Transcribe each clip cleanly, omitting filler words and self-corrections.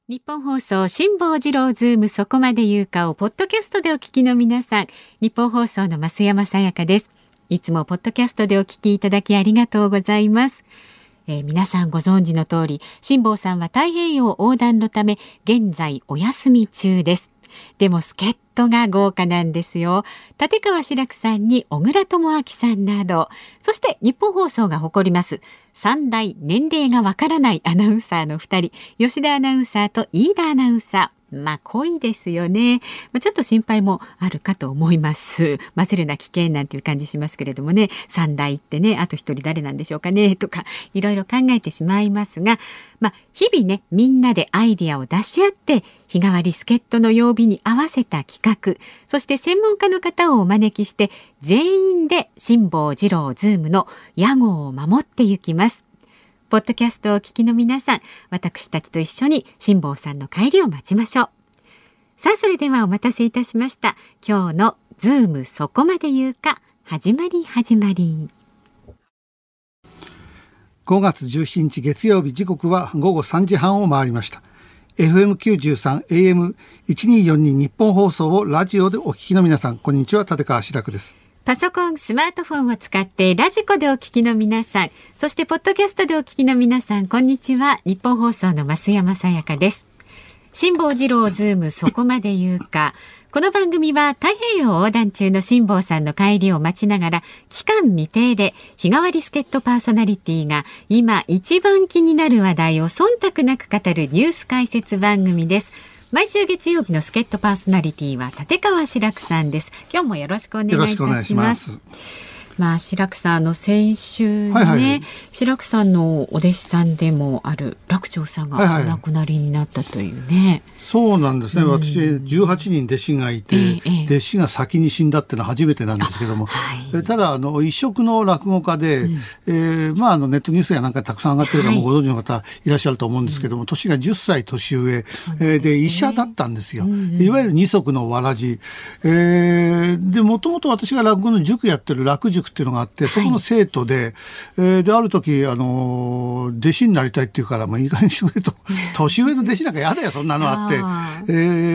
日本放送辛坊治郎ズームそこまで言うかをポッドキャストでお聞きの皆さん、日本放送の増山さやかです。いつもポッドキャストでお聞きいただきありがとうございます。皆さんご存知の通り、辛坊さんは太平洋横断のため現在お休み中です。でも助っ人が豪華なんですよ。立川志らくさんに小倉智昭さんなど、そして日本放送が誇ります三大年齢がわからないアナウンサーの2人、吉田アナウンサーと飯田アナウンサー。濃いですよね。ちょっと心配もあるかと思います。混ぜるな危険なんていう感じしますけれどもね、三大ってね、あと一人誰なんでしょうかねとかいろいろ考えてしまいますが、日々ね、みんなでアイディアを出し合って日替わり助っ人の曜日に合わせた企画、そして専門家の方をお招きして全員で辛坊治郎ズームの屋号を守っていきます。ポッドキャストをお聞きの皆さん、私たちと一緒に辛坊さんの帰りを待ちましょう。さあ、それではお待たせいたしました。今日のズームそこまで言うか、始まり。 5月17日月曜日、時刻は午後3時半を回りました。FM93 AM1242 日本放送をラジオでお聞きの皆さん、こんにちは。立川志らくです。 パソコン、スマートフォンを使ってラジコでお聞きの皆さん、そしてポッドキャストでお聞きの皆さん、こんにちは。日本放送の増山さやかです。辛坊治郎ズームそこまで言うか。この番組は太平洋横断中の辛坊さんの帰りを待ちながら、期間未定で日替わり助っ人パーソナリティが今一番気になる話題を忖度なく語るニュース解説番組です。毎週月曜日の助っ人パーソナリティは立川志らくさんです。今日もよろしくお願いいたします。よろしくお願いします。志らくさん、先週ね、志らくさんのお弟子さんでもある楽長さんがお亡くなりになったというね。 そうなんですね。私18人弟子がいて、弟子が先に死んだっていうのは初めてなんですけども、ただ異色の落語家で、ネットニュースやなんかたくさん上がってるからもうご存知の方いらっしゃると思うんですけども、年が10歳年上、で医者だったんですよ。いわゆる二足のわらじ、でもともと私が落語の塾やってる落塾っていうのがあって、そこの生徒で、である時弟子になりたいっていうから、いい加減にしてくれと年上の弟子なんかやだよそんなのあって、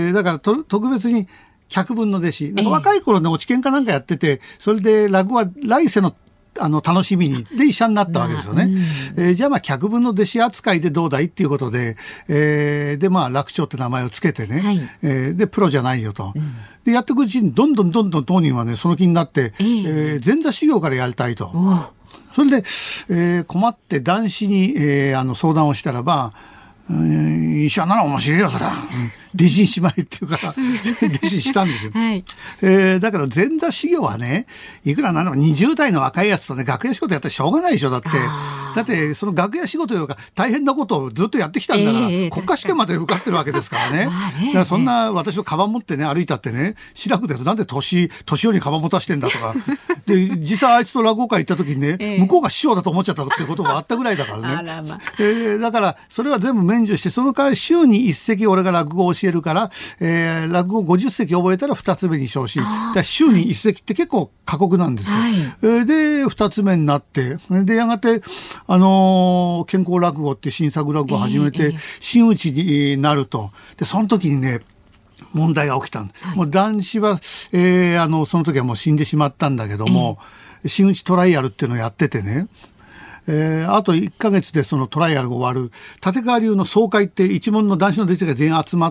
だから特別に100分の弟子、なんか若い頃ね、落ち研かなんかやってて、それで落語は来世の楽しみにで医者になったわけですよね。じゃあ客分の弟子扱いでどうだいっていうことで、楽長って名前をつけてね、でプロじゃないよと、でやっていくうちにどんどん当人はねその気になって、前座修行からやりたいと。それで、困って男子に、相談をしたらば、医者なら面白いよそれは、弟子にしまいっていうから弟子にしたんですよ。だから前座修行はね、いくらなんでも20代の若いやつとね楽屋仕事やったらしょうがないでしょ。だってその楽屋仕事よりか大変なことをずっとやってきたんだから、国家試験まで受かってるわけですからね。だからそんな私のカバン持ってね歩いたってね、志らくですなんで年寄りにカバン持たしてんだとかで、実際あいつと落語会行った時にね、向こうが師匠だと思っちゃったってことがあったぐらいだからね。だからそれは全部免除して、その代わり週に1席俺が落語を教えるから、落語50席覚えたら2つ目に昇進。だから週に1席って結構過酷なんですよ。で2つ目になって、でやがて健康落語って新作落語を始めて、真打ちになると。でその時にね問題が起きたん、もう男子は、その時はもう死んでしまったんだけども、真打ちトライアルっていうのをやっててね、あと1ヶ月でそのトライアルが終わる。立川流の総会って一門の男子の弟子が全員集まって、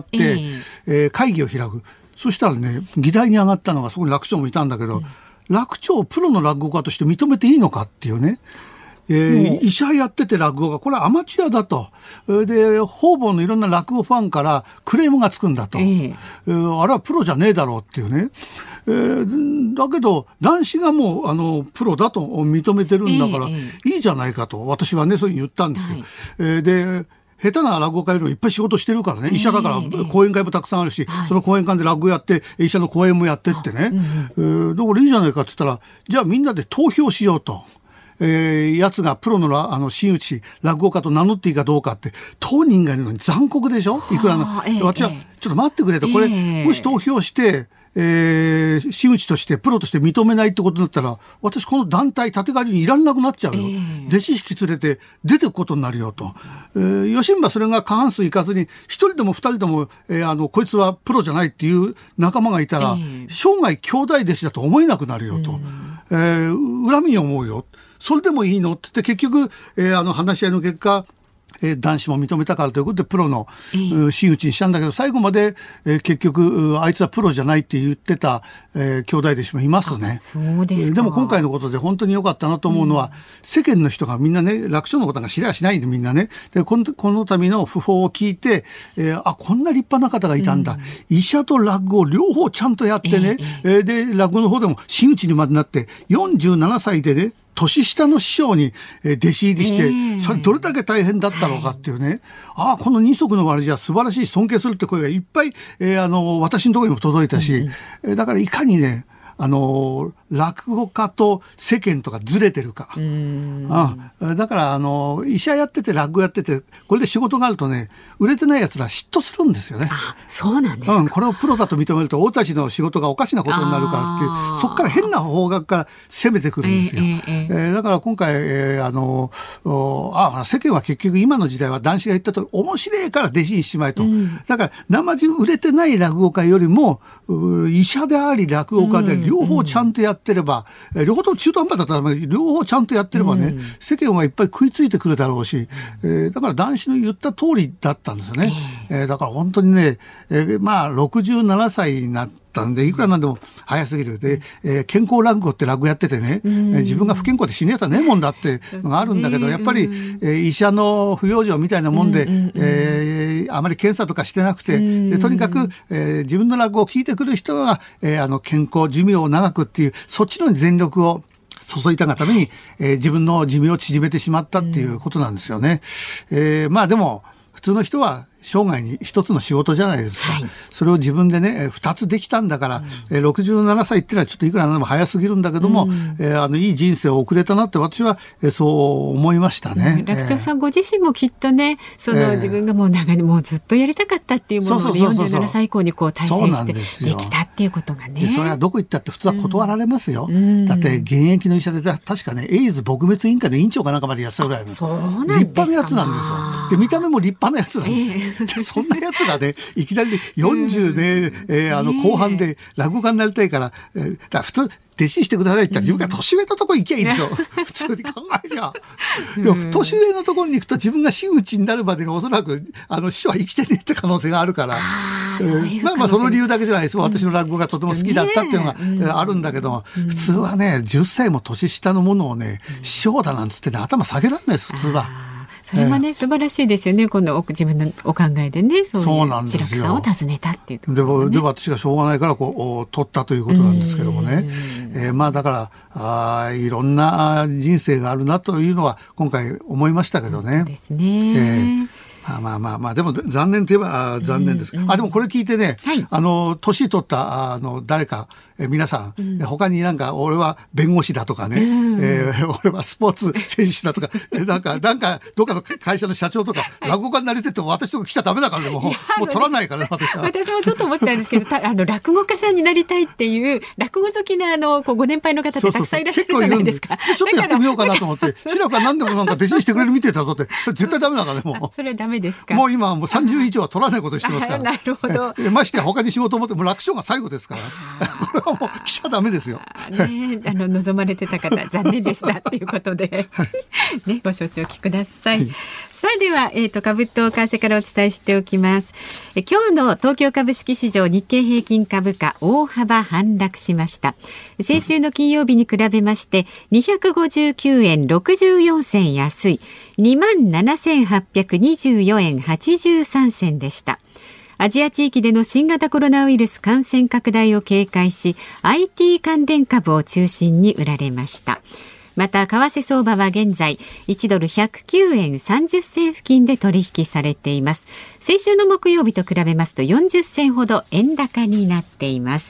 会議を開く。そしたらね、議題に上がったのが、そこに楽長もいたんだけど、楽長をプロの落語家として認めていいのかっていうね。医者やってて落語がこれはアマチュアだと。で方々のいろんな落語ファンからクレームがつくんだと、あれはプロじゃねえだろうっていうね。だけど男子がもうプロだと認めてるんだから、いいじゃないかと私はねそういうふうに言ったんですよ。で下手な落語家よりもいっぱい仕事してるからね、医者だから講演会もたくさんあるし、その講演会で落語やって医者の講演もやってってね、だからいいじゃないかって言ったら、じゃあみんなで投票しようと。やつがプロの真打ち落語家と名乗っていいかどうかって当人がいるのに残酷でしょ。いくらの私はちょっと待ってくれと、これ、もし投票して、真打ちとしてプロとして認めないってことになったら、私この団体立川流にいらんなくなっちゃうよ、弟子引き連れて出てくことになるよと、吉村それが過半数いかずに一人でも二人でも、こいつはプロじゃないっていう仲間がいたら、生涯兄弟弟子だと思えなくなるよと、恨みに思うよ、それでもいいのって言って結局、話し合いの結果男子も認めたからということでプロの真打ちにしたんだけど、最後まで結局あいつはプロじゃないって言ってた兄弟弟子もいますね。 そうですか。 でも今回のことで本当に良かったなと思うのは、世間の人がみんなね、楽勝のことが知りゃしないんで、みんなね、でこの度の訃報を聞いて、こんな立派な方がいたんだ、医者と落語両方ちゃんとやってね、で落語の方でも真打ちにまでなって47歳でね、年下の師匠に弟子入りして、それどれだけ大変だったのかっていうね、この二足のわらじは素晴らしい、尊敬するって声がいっぱい、私のところにも届いたし、だからいかにね、落語家と世間とかずれてるか。だから医者やってて落語やってて、これで仕事があるとね、売れてないやつら嫉妬するんですよね。 そうなんですか。 これをプロだと認めると大たちの仕事がおかしなことになるからっていう、そこから変な方角から攻めてくるんですよ。だから今回、世間は結局今の時代は男子が言ったとおり面白いから弟子にしまえと、だから生地売れてない落語家よりも医者であり落語家であり両方ちゃんとやってれば、両方とも中途半端だったら両方ちゃんとやってればね、世間はいっぱい食いついてくるだろうし、だから男子の言った通りだったんですよね。だから本当にね、67歳になったんでいくらなんでも早すぎるで、健康落語って落語やっててね、自分が不健康で死ぬやつはねえもんだってのがあるんだけど、やっぱり、医者の不養生みたいなもんで、あまり検査とかしてなくて、でとにかく、自分の落語を聞いてくる人が、健康寿命を長くっていうそっちの全力を注いだがために、自分の寿命を縮めてしまったっていうことなんですよね。でも普通の人は生涯に一つの仕事じゃないですか、それを自分でね二つできたんだから、67歳っていうのはちょっといくらなんでも早すぎるんだけども、いい人生を送れたなって私は、そう思いましたね。 楽長さんご自身もきっとね、自分がもうずっとやりたかったっていうものを47歳以降にこう体制してできたっていうことがね。 それはどこ行ったって普通は断られますよ、だって現役の医者で確かねエイズ撲滅委員会の委員長かなんかまでやってたぐらいの立派なやつなんですよ。で見た目も立派なやつなんで、そんなやつがねいきなり40で、後半で落語家になりたいから、だから普通弟子してくださいって言ったら自分が年上のところに行きゃいいんですよ、普通に考えりゃ。でも年上のところに行くと自分が真打ちになるまでにおそらく師匠は生きてねえって可能性があるから、その理由だけじゃないです。私の落語がとても好きだったっていうのがあるんだけど、普通はね10歳も年下のものをね師匠だなんつってね頭下げられないです普通は。 それはね、素晴らしいですよね。この自分のお考えでね、そういう志らくさんを訪ねたっていうところ、ね、 で私がしょうがないから取ったということなんですけどもね。だからいろんな人生があるなというのは今回思いましたけどね。 そうですね。 でも残念といえば残念です。でもこれ聞いてね、年取った誰か皆さん、他になんか俺は弁護士だとかね、俺はスポーツ選手だとかなんかどっかの会社の社長とか落語家になりてって私とか来ちゃダメだからね、もう取らないからね私は。 私もちょっと思ってたんですけど落語家さんになりたいっていう落語好きなご年配の方ってたくさんいらっしゃるじゃないですか。 ちょっとやってみようかなと思って志らくは何でもなんか弟子にしてくれるみてえだぞって、それ絶対ダメだからねもう。 それはダメですか。 もう今はもう30以上は取らないことにしてますから。 なるほど。 まして他に仕事を持っても楽勝が最後ですからこれはもう来ちゃダメですよ。 望まれてた方残念でしたっていうことで、ね、ご承知おきください。さあでは、株と為替からお伝えしておきます。今日の東京株式市場日経平均株価大幅反落しました。先週の金曜日に比べまして259円64銭安い 27,824 円83銭でした。アジア地域での新型コロナウイルス感染拡大を警戒し IT 関連株を中心に売られました。また為替相場は現在1ドル109円30銭付近で取引されています。先週の木曜日と比べますと40銭ほど円高になっています。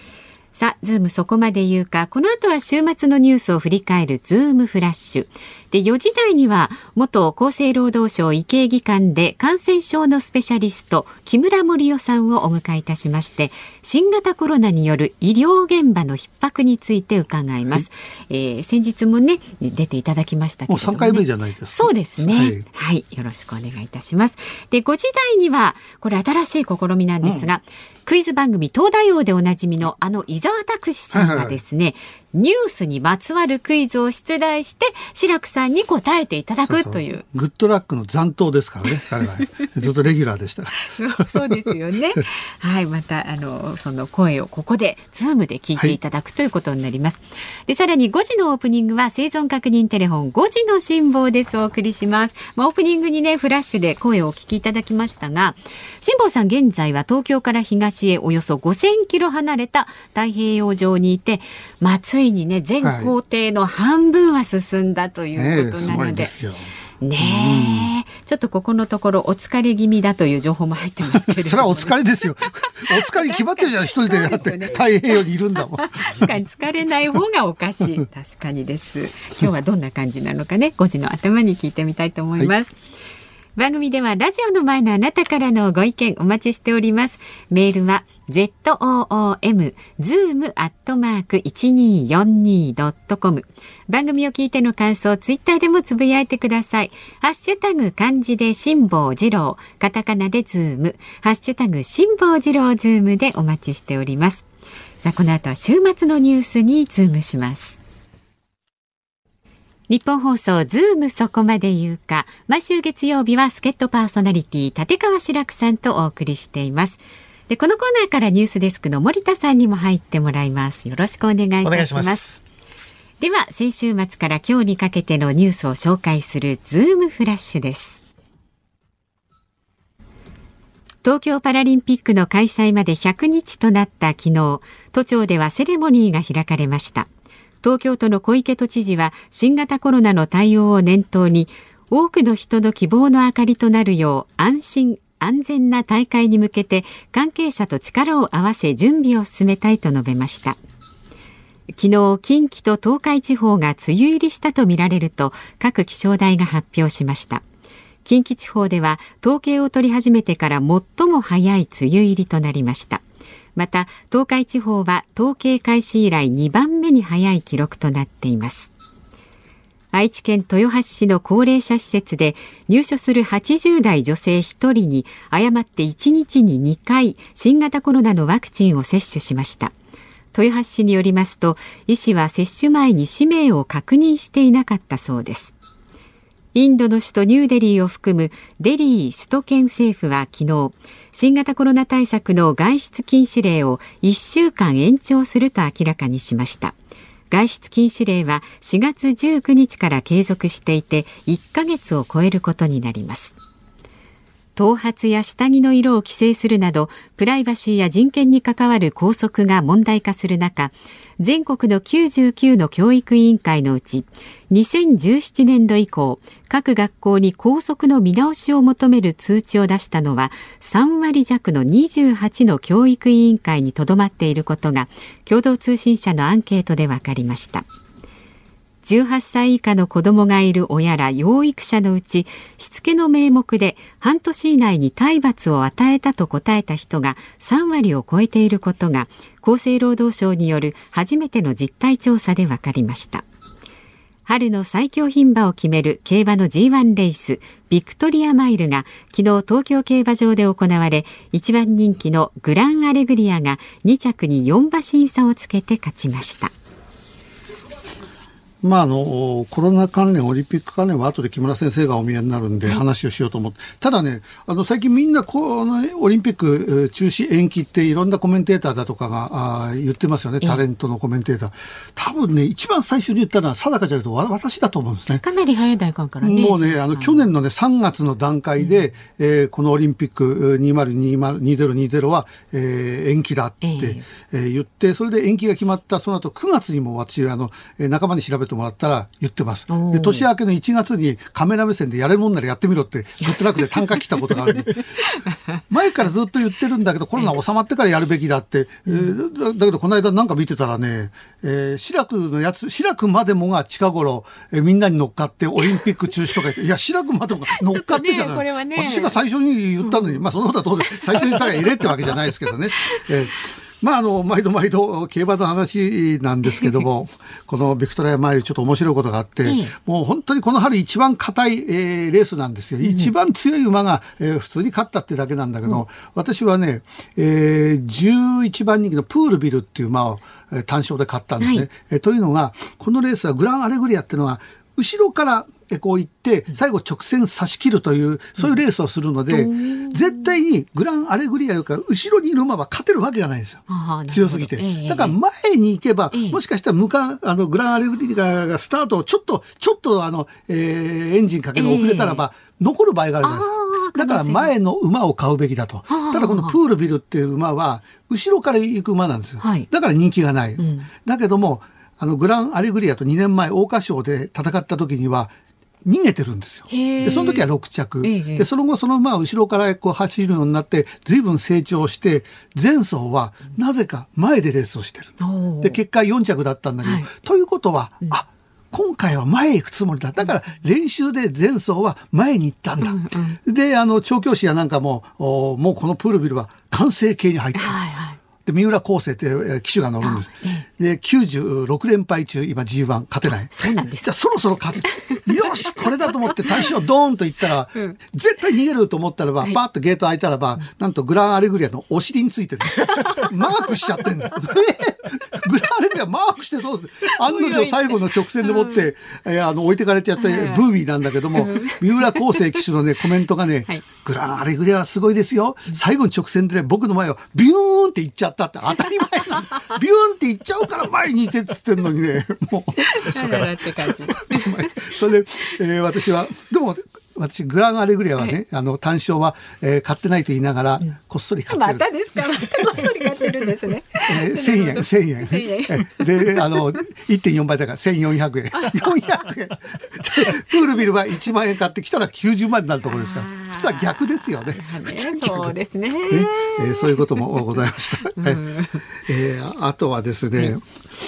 さあズームそこまで言うか、この後は週末のニュースを振り返るズームフラッシュ。 で4時台には元厚生労働省医系技官で感染症のスペシャリスト木村盛夫さんをお迎えいたしまして、新型コロナによる医療現場の逼迫について伺います。先日もね出ていただきましたけれども、 もう3回目じゃないですか。 そうですね、はい、よろしくお願いいたします。で5時台にはこれ新しい試みなんですが、クイズ番組東大王でおなじみの伊沢拓司さんがですね、ニュースにまつわるクイズを出題して志らくさんに答えていただくという。 グッドラックの残党ですからね、彼はずっとレギュラーでしたそうですよねはい、またその声をここでズームで聞いていただくということになります。でさらに5時のオープニングは生存確認テレフォン5時の辛抱です。お送りします。オープニングにねフラッシュで声をお聞きいただきましたが、辛抱さん現在は東京から東へおよそ5000キロ離れた太平洋上にいて、ついにね全行程の半分は進んだということなので、ちょっとここのところお疲れ気味だという情報も入ってますけれども、 それはお疲れですよお疲れに決まってるじゃん、一人でやって太平洋にいるんだもん確かに疲れない方がおかしい確かにです。今日はどんな感じなのかね、5時の頭に聞いてみたいと思います。番組ではラジオの前のあなたからのご意見お待ちしております。メールは zoom@1242.com、 番組を聞いての感想、ツイッターでもつぶやいてください。ハッシュタグ漢字で辛坊治郎、カタカナでズーム、ハッシュタグ辛坊治郎ズームでお待ちしております。さあこの後は週末のニュースにズームします。日本放送ズームそこまで言うか、毎週月曜日は助っ人パーソナリティ立川志らくさんとお送りしています。でこのコーナーからニュースデスクの森田さんにも入ってもらいます。よろしくお願いいたします。では先週末から今日にかけてのニュースを紹介するズームフラッシュです。東京パラリンピックの開催まで100日となった昨日、都庁ではセレモニーが開かれました。東京都の小池都知事は新型コロナの対応を念頭に、多くの人の希望の明かりとなるよう安心安全な大会に向けて関係者と力を合わせ準備を進めたいと述べました。昨日、近畿と東海地方が梅雨入りしたとみられると各気象台が発表しました。近畿地方では統計を取り始めてから最も早い梅雨入りとなりました。また東海地方は統計開始以来2番目に早い記録となっています。愛知県豊橋市の高齢者施設で入所する80代女性1人に誤って1日に2回新型コロナのワクチンを接種しました。豊橋市によりますと、医師は接種前に氏名を確認していなかったそうです。インドの首都ニューデリーを含むデリー首都圏政府は昨日、新型コロナ対策の外出禁止令を1週間延長すると明らかにしました。外出禁止令は4月19日から継続していて、1ヶ月を超えることになります。頭髪や下着の色を規制するなどプライバシーや人権に関わる校則が問題化する中、全国の99の教育委員会のうち2017年度以降、各学校に校則の見直しを求める通知を出したのは3割弱の28の教育委員会にとどまっていることが共同通信社のアンケートで分かりました。18歳以下の子どもがいる親ら養育者のうち、しつけの名目で半年以内に体罰を与えたと答えた人が3割を超えていることが厚生労働省による初めての実態調査で分かりました。春の最強牝馬を決める競馬の G1 レースビクトリアマイルが昨日東京競馬場で行われ、一番人気のグランアレグリアが2着に4馬身差をつけて勝ちました。 コロナ関連、オリンピック関連は後で木村先生がお見えになるんで話をしようと思って、ただね、最近みんなオリンピック中止延期っていろんなコメンテーターだとかが言ってますよね。タレントのコメンテーター、多分ね、一番最初に言ったのは定かじゃなくて私だと思うんですね。 かなり早い段階からね。 もうね、去年のね3月の段階で、このオリンピック2020は、延期だって、言って、それで延期が決まったその後9月にも私仲間に調べてもらったら言ってます。で年明けの1月にカメラ目線でやれるもんならやってみろってグッドラックで単価切ったことがあるんで前からずっと言ってるんだけどコロナ収まってからやるべきだって、だけどこの間なんか見てたらね、志らくのやつ、志らくまでもが近頃、みんなに乗っかってオリンピック中止とか言って、いや志らくまでもが乗っかってじゃない、ね、私が最初に言ったのに、そのことはどうで最初に言ったら入れってわけじゃないですけどね。毎度毎度競馬の話なんですけどもこのビクトリアマイルちょっと面白いことがあって、もう本当にこの春一番硬い、レースなんですよ。一番強い馬が、普通に勝ったっていうだけなんだけど、私はね、11番人気のプールビルっていう馬を、単勝で買ったんですね。というのがこのレースはグランアレグリアっていうのは後ろからこう行って最後直線差し切るというそういうレースをするので、絶対にグランアレグリアよりか後ろにいる馬は勝てるわけがないんですよ。強すぎて。だから前に行けば、もしかしたらグランアレグリアがスタートをちょっとエンジンかけの遅れたらば、残る場合があるじゃないですか。だから前の馬を買うべきだと。ただこのプールビルっていう馬は後ろから行く馬なんですよ。だから人気がない。だけどもグランアレグリアと2年前桜花賞で戦った時には逃げてるんですよ。でその時は6着。でその後その馬は後ろからこう走るようになって随分成長して、前走はなぜか前でレースをしてる。で結果4着だったんだけど、ということは、今回は前へ行くつもりだ。だから練習で前走は前に行ったんだ。で調教師やなんかももうこのプールビルは完成形に入った。で三浦康生って騎手が乗るんです。で96連敗中今 G1 勝てない。 そうなんです。 じゃあそろそろ勝つ。よしこれだと思って大将ドーンと行ったら、絶対逃げると思ったらば、バーッとゲート開いたらば、なんとグランアレグリアのお尻についてる。マークしちゃってんだ。グランアレグリアマークしてどうする。案の定最後の直線でもって、置いてかれちゃってブービーなんだけども、三浦康生騎手のねコメントがね、グランアレグリアはすごいですよ。最後の直線でね僕の前をビューンって行っちゃったって当たり前な。ビューンって行っちゃうから前に行けっつってんのにね、もうそれで、私グランアレグリアはね、単勝は、買ってないと言いながら、こっそり買ってる。 またですか。またこっそり買ってるんですね。 1000円。で、1.4 倍だから1400円。400円。プールビルは1万円買ってきたら90万になるところですから。普通は逆ですよね。 そうですね。 そういうこともございました。あとはですね、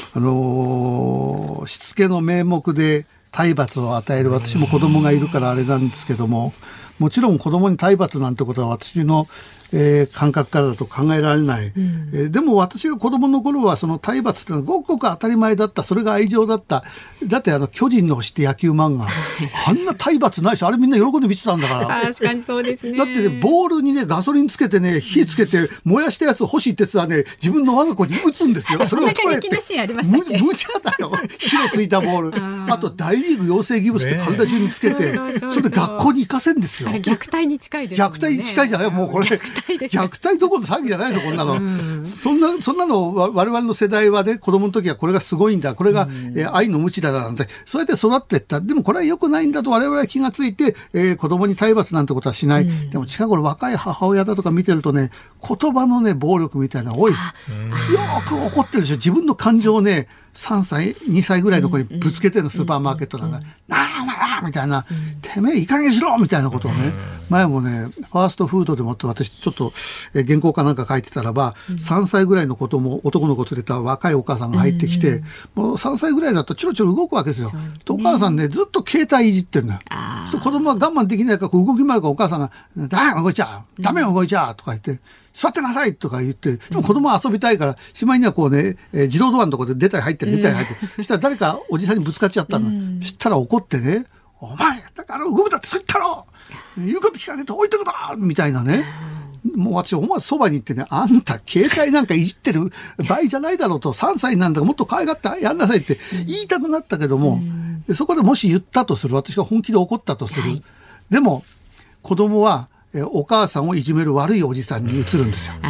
しつけの名目で、体罰を与える。私も子供がいるからあれなんですけども、もちろん子供に体罰なんてことは私の、感覚からだと考えられない。でも私が子供の頃はその体罰ってのはごくごく当たり前だった。それが愛情だった。だって巨人の星って野球漫画。あんな体罰ないし、あれみんな喜んで見てたんだから。 確かにそうですね。 だってね、ボールにね、ガソリンつけてね、火つけて、燃やしたやつ星哲はね、自分の我が子に撃つんですよ。それを取れて。無茶だよ。火のついたボール。あと大リーグ養成ギブスって体中につけて、それで学校に行かせんですよ。 虐待に近いですね。 虐待に近いじゃない。もうこれ。虐待どころの騒ぎじゃないですよ、こんなの。そんなの我々の世代はね、子供の時はこれがすごいんだ、これが、愛の無知だなんて、そうやって育っていった。でもこれは良くないんだと我々は気がついて、子供に体罰なんてことはしない。でも近頃若い母親だとか見てるとね、言葉のね、暴力みたいなのが多いです。よく怒ってるでしょ。自分の感情をね、3歳、2歳ぐらいの子にぶつけてるの、スーパーマーケットなんか、なあお前はみたいな、てめえいい加減しろみたいなことをね、前もね、ファーストフードでもって私ちょっと原稿かなんか書いてたらば、3歳ぐらいの子供、男の子連れた若いお母さんが入ってきて、もう3歳ぐらいだとチョロチョロ動くわけですよ。お母さんね、ずっと携帯いじってるのよ。子供は我慢できないから動き回るからお母さんが、動いちゃう、ダメよ動いちゃうとか言って、座ってなさいとか言って、でも子供は遊びたいから、しまいにはこうね、自動ドアのところで出たり入ってる、出たり入ってる。そしたら誰かおじさんにぶつかっちゃったの。そしたら怒ってね、お前、だから動くだってそう言ったろ、言うこと聞かねえと置いとくだみたいなね。もう私思わずそばに行ってね、あんた携帯なんかいじってる場合じゃないだろうと、3歳なんだからもっと可愛がってやんなさいって言いたくなったけども、そこでもし言ったとする、私が本気で怒ったとする。でも、子供はお母さんをいじめる悪いおじさんに移るんですよ。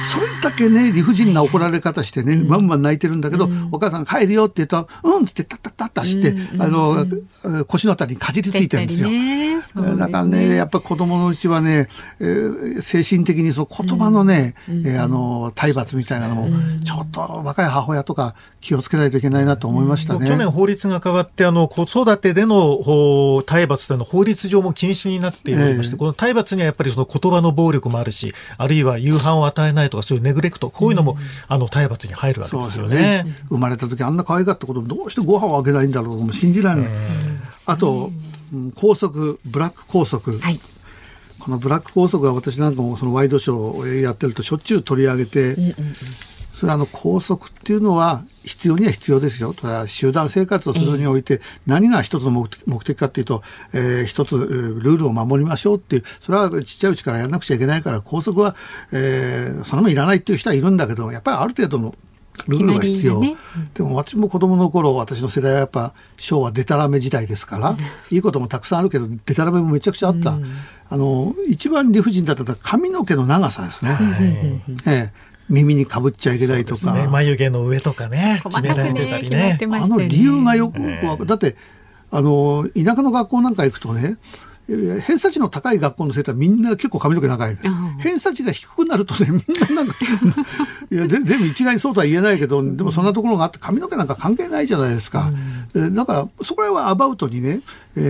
それだけね理不尽な怒られ方してね、まんまん泣いてるんだけど、お母さんが帰るよって言うとってタッタッタッタして、腰のあたりにかじりついてるんですよ。だからねやっぱり子供のうちはね、精神的にその言葉のね、体罰みたいなのもちょっと若い母親とか気をつけないといけないなと思いましたね。 去年法律が変わって子育てでの体罰というのは法律上も禁止になっておりまして、この体罰にはやっぱりその言葉の暴力もあるし、あるいは夕飯を与えないとかそういうネグレクト、こういうのも体罰に入るわけですよね。 生まれた時あんな可愛かったことどうしてご飯をあげないんだろうとも信じられない。あと校則、ブラック校則、このブラック校則は私なんかもそのワイドショーをやってるとしょっちゅう取り上げて、それ校則っていうのは必要には必要ですよ。ただ集団生活をするにおいて何が一つの目的かっていうと、一つルールを守りましょうっていう、それはちっちゃいうちからやらなくちゃいけないから、校則は、そのままいらないっていう人はいるんだけど、やっぱりある程度のルールが必要、でも私も子供の頃、私の世代はやっぱ昭和デタラメ時代ですから、いいこともたくさんあるけどデタラメもめちゃくちゃあった。一番理不尽だったのは髪の毛の長さですね。耳にかぶっちゃいけないとか、 眉毛の上とかね決められてたりね。 理由がよく分かる。だって田舎の学校なんか行くとね、偏差値の高い学校の生徒はみんな結構髪の毛長い。偏差値が低くなるとね、みんななんかいや全部一概にそうとは言えないけど、でもそんなところがあって髪の毛なんか関係ないじゃないですか。だからそこら辺はアバウトにね、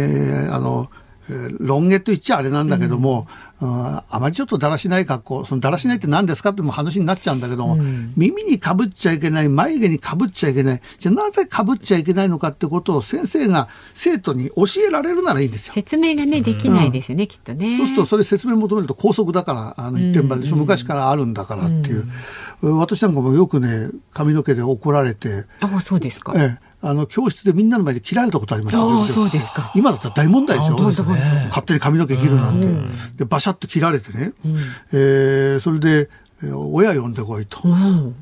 ロン毛と言っちゃあれなんだけども、あまりちょっとだらしない格好、そのだらしないって何ですかっても話になっちゃうんだけども、耳にかぶっちゃいけない、眉毛にかぶっちゃいけない、じゃあなぜかぶっちゃいけないのかってことを先生が生徒に教えられるならいいんですよ。 説明がねできないですよね、きっとね。 そうするとそれ説明求めると校則だから一点張りでしょ、昔からあるんだからっていう、私なんかもよくね髪の毛で怒られて。 そうですか。 教室でみんなの前で切られたことありました。 そうですか。 今だったら大問題でしょ。勝手に髪の毛切るなんて。でバシャッと切られてね、それで親呼んでこいと、で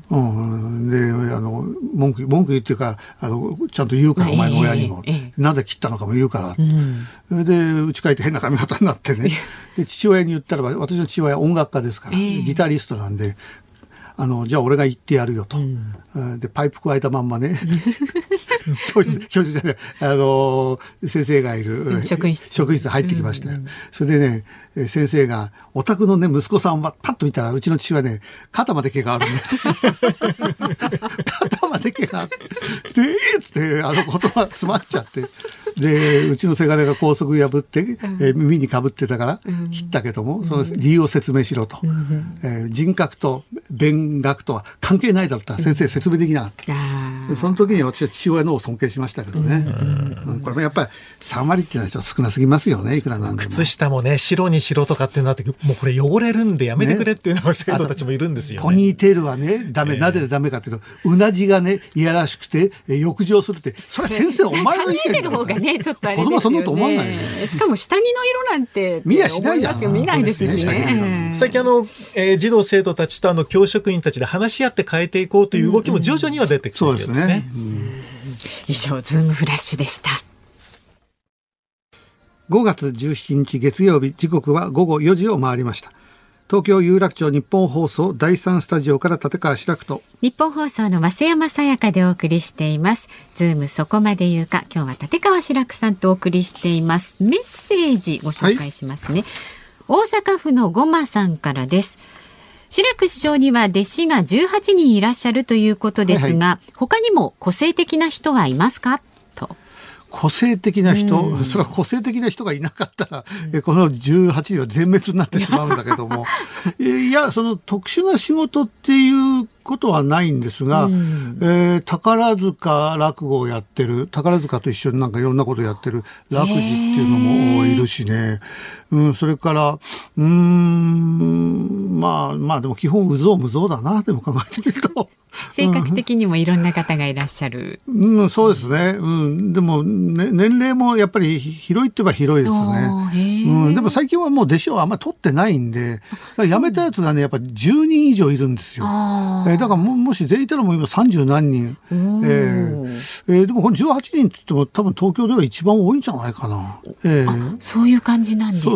文句言っていうかちゃんと言うから、お前の親にも、なぜ切ったのかも言うから、それで家帰って変な髪型になってね、で父親に言ったらば、私の父親は音楽家ですから、ギタリストなんで、じゃあ俺が言ってやるよと、でパイプ加えたまんまね教室じゃない先生がいる職員室入ってきましたよ。それでね先生がお宅のね息子さんはパッと見たら、うちの父はね肩まで毛があるんで肩まで毛があってでつって言葉詰まっちゃって、でうちのせがれが校則破って、耳にかぶってたから切ったけども、その理由を説明しろと、人格と勉学とは関係ないだろうと先生説明できなかった。その時に私は父親のを尊敬しましたけどね。これもやっぱり3割っていうのはちょっと少なすぎますよね、いくらなんでも。 靴下もね白にしろとかっていうのあって、もうこれ汚れるんでやめてくれっていうのは生徒たちもいるんですよね。 ポニーテールはねダメ、なぜダメかっていうと、うなじがねいやらしくて浴場するって、それは先生お前の意見だから、ね、ちょっとあれですよね、子供はそんなと思わないよね。 しかも下着の色なんて見やしないじゃん。 見ないですしね。 最近児童生徒たちと教職員たちで話し合って変えていこうという動きも徐々には出てきているんですね。そうですね。 以上ズームフラッシュでした。 5月17日月曜日、時刻は午後4時を回りました。東京有楽町日本放送第3スタジオから立川志らくと日本放送の増山さやかでお送りしています。ズームそこまで言うか、今日は立川志らくさんとお送りしています。メッセージご紹介しますね、大阪府のごまさんからです。志らく師匠には弟子が18人いらっしゃるということですが、他にも個性的な人はいますかと。 個性的な人、それは個性的な人がいなかったら、この18人は全滅になってしまうんだけどもいや、その特殊な仕事っていうことはないんですが、宝塚落語をやってる、宝塚と一緒になんかいろんなことをやってる落語っていうのもいるしね、それからまあでも基本有象無象だな、でも考えてみると性格的にもいろんな方がいらっしゃる、 そうですね、でも、ね、年齢もやっぱり広いって言えば広いですね、でも最近はもう弟子をあんまり取ってないんで、辞めたやつがねやっぱり10人以上いるんですよ。だからもし全員いたらもう今30何人、でもこの18人って言っても多分東京では一番多いんじゃないかな、 そういう感じなんですか。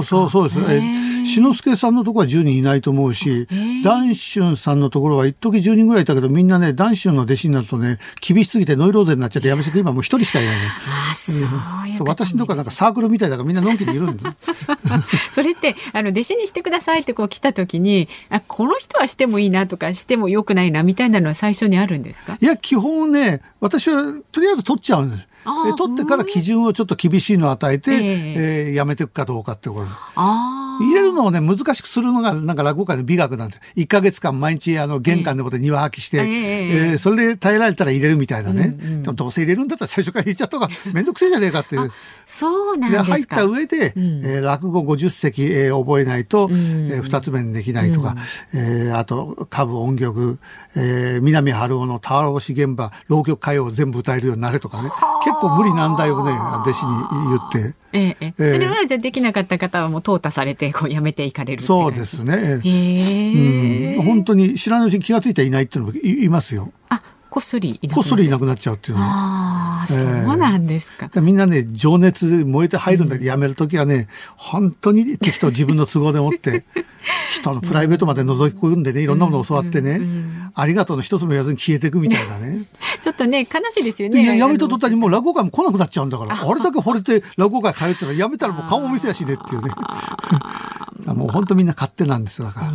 そうですね。志の輔さんのところは10人いないと思うし、談春さんのところは一時10人ぐらいいたけど、みんなね、談春の弟子になるとね、厳しすぎてノイローゼになっちゃってやめちゃって、今もう1人しかいないね。そう、私のところはなんかサークルみたいだからみんなのんきにいるんだそれって弟子にしてくださいってこう来た時に、この人はしてもいいなとかしてもよくないなみたいなのは最初にあるんですか？ いや、基本ね、私はとりあえず取っちゃうんです。取ってから基準をちょっと厳しいのを与えて、やめていくかどうかってこと。入れるのをね、難しくするのがなんか落語界の美学なんです。1ヶ月間毎日玄関でもって庭吐きして、それで耐えられたら入れるみたいなね。でもどうせ入れるんだったら最初から入れちゃった方がめんどくせえじゃねえかっていう。 そうなんですか。 入った上で、落語50席、覚えないと、2つ目にできないとか、あと歌舞音曲、南春夫の俵押し現場浪曲歌謡を全部歌えるようになれとかね。結構無理難題をね、弟子に言って。 それはじゃあできなかった方はもう淘汰されてこうやめていかれるってそうですね。本当に知らないうちに気がついていないっていうのもいますよ。 こっそりいなくなっちゃうっていうのは。 そうなんですか。 みんなね、情熱燃えて入るんだけど、やめるときはね、本当に適当自分の都合でもって人のプライベートまで覗き込んでね、いろんなものを教わってね、ありがとうの一つも言わずに消えていくみたいなね。 ちょっとね、悲しいですよね。 やめた途端にもう落語会も来なくなっちゃうんだから、あれだけ惚れて落語会通ってたらやめたらもう顔も見せやしねっていうね。もう本当みんな勝手なんですよ、だから。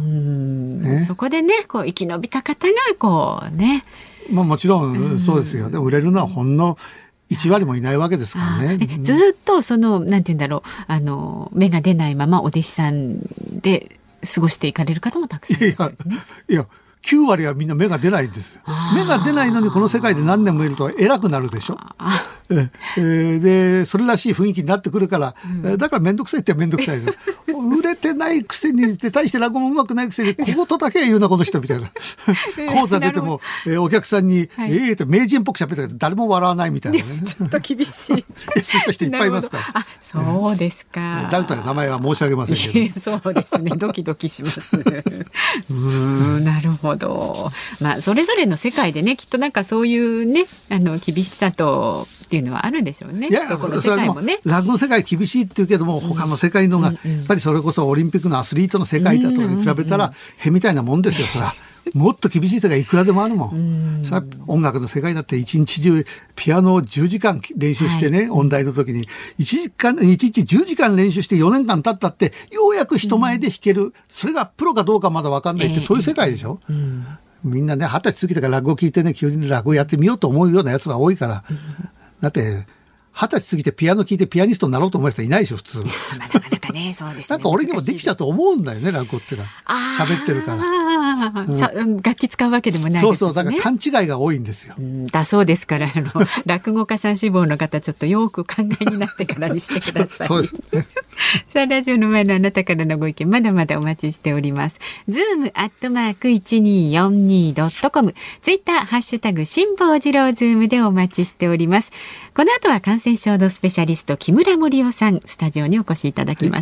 そこでね、こう生き延びた方がこうね。 もちろんそうですよ。でも売れるのはほんの1割もいないわけですからね。 ずっとそのなんて言うんだろう、芽が出ないままお弟子さんで過ごしていかれる方もたくさんいますよね。 いや9割はみんな芽が出ないんですよ。芽が出ないのにこの世界で何年もいると偉くなるでしょ。でそれらしい雰囲気になってくるから、だから面倒くさいって面倒くさいです。売れてないくせに対して落語もうまくないくせに小言だけは言うなこの人みたいな。講座出ても、お客さんにって名人っぽく喋ってて誰も笑わないみたいなね。 ちょっと厳しい。 そういった人いっぱいいますから。 そうですか。 誰という名前は申し上げませんけど。 そうですね。ドキドキします。なるほど。それぞれの世界でね、きっとなんかそういうね、厳しさとっていうのはあるんでしょうね。 いや、 この世界もね。 落語の世界厳しいって言うけども、他の世界のが、やっぱりそれこそオリンピックのアスリートの世界だとかに比べたら、へみたいなもんですよ、それは。もっと厳しい世界いくらでもあるもん。それは音楽の世界だって一日中ピアノを10時間練習してね、音大の時に1日10時間練習して4年間経ったってようやく人前で弾ける、それがプロかどうかまだ分かんないって、そういう世界でしょ。みんなね、20歳過ぎてから落語聞いてね、急に落語やってみようと思うようなやつが多いから。だって20歳過ぎてピアノ聞いてピアニストになろうと思う人いないでしょ普通。 なかなかね、そうですね。 なんか俺にもできちゃうと思うんだよね、落語ってのは。喋ってるから。 楽器使うわけでもないですしね。 そうだから勘違いが多いんですよ。 だそうですから落語家さん志望の方ちょっとよく考えになってからにしてください。 そうですね。 さあラジオの前のあなたからのご意見まだまだお待ちしております。zoom@1242.com、ツイッターハッシュタグ辛坊治郎ズームでお待ちしております。この後は感染症のスペシャリスト木村盛夫さんスタジオにお越しいただきます。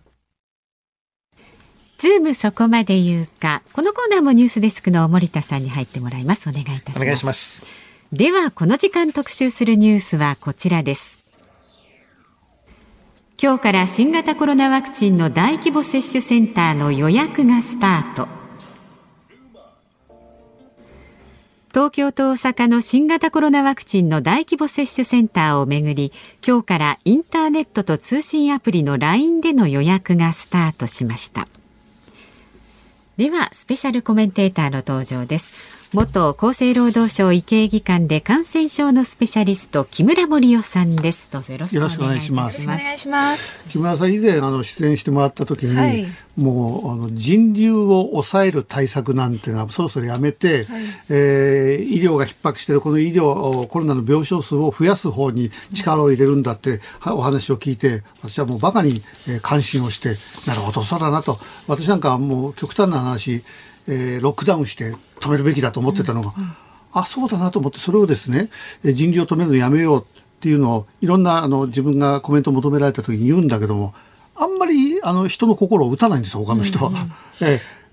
ズームそこまで言うか。このコーナーもニュースデスクの森田さんに入ってもらいます。お願いいたします。 お願いします。 ではこの時間特集するニュースはこちらです。今日から新型コロナワクチンの大規模接種センターの予約がスタート。東京と大阪の新型コロナワクチンの大規模接種センターをめぐり、今日からインターネットと通信アプリの LINE での予約がスタートしました。ではスペシャルコメンテーターの登場です。元厚生労働省医系技官で感染症のスペシャリスト木村盛夫さんです。どうぞよろしくお願いします。 お願いします。木村さん以前出演してもらった時に、もう人流を抑える対策なんていうのはそろそろやめて、医療が逼迫しているこのコロナの病床数を増やす方に力を入れるんだってお話を聞いて、私はもうバカに感心をして、なるほどそうだなと。私なんかはもう極端な話、ロックダウンして止めるべきだと思ってたのが、そうだなと思って、それをですね、人流を止めるのやめようっていうのをいろんな自分がコメントを求められた時に言うんだけども、あんまり人の心を打たないんですよ他の人は。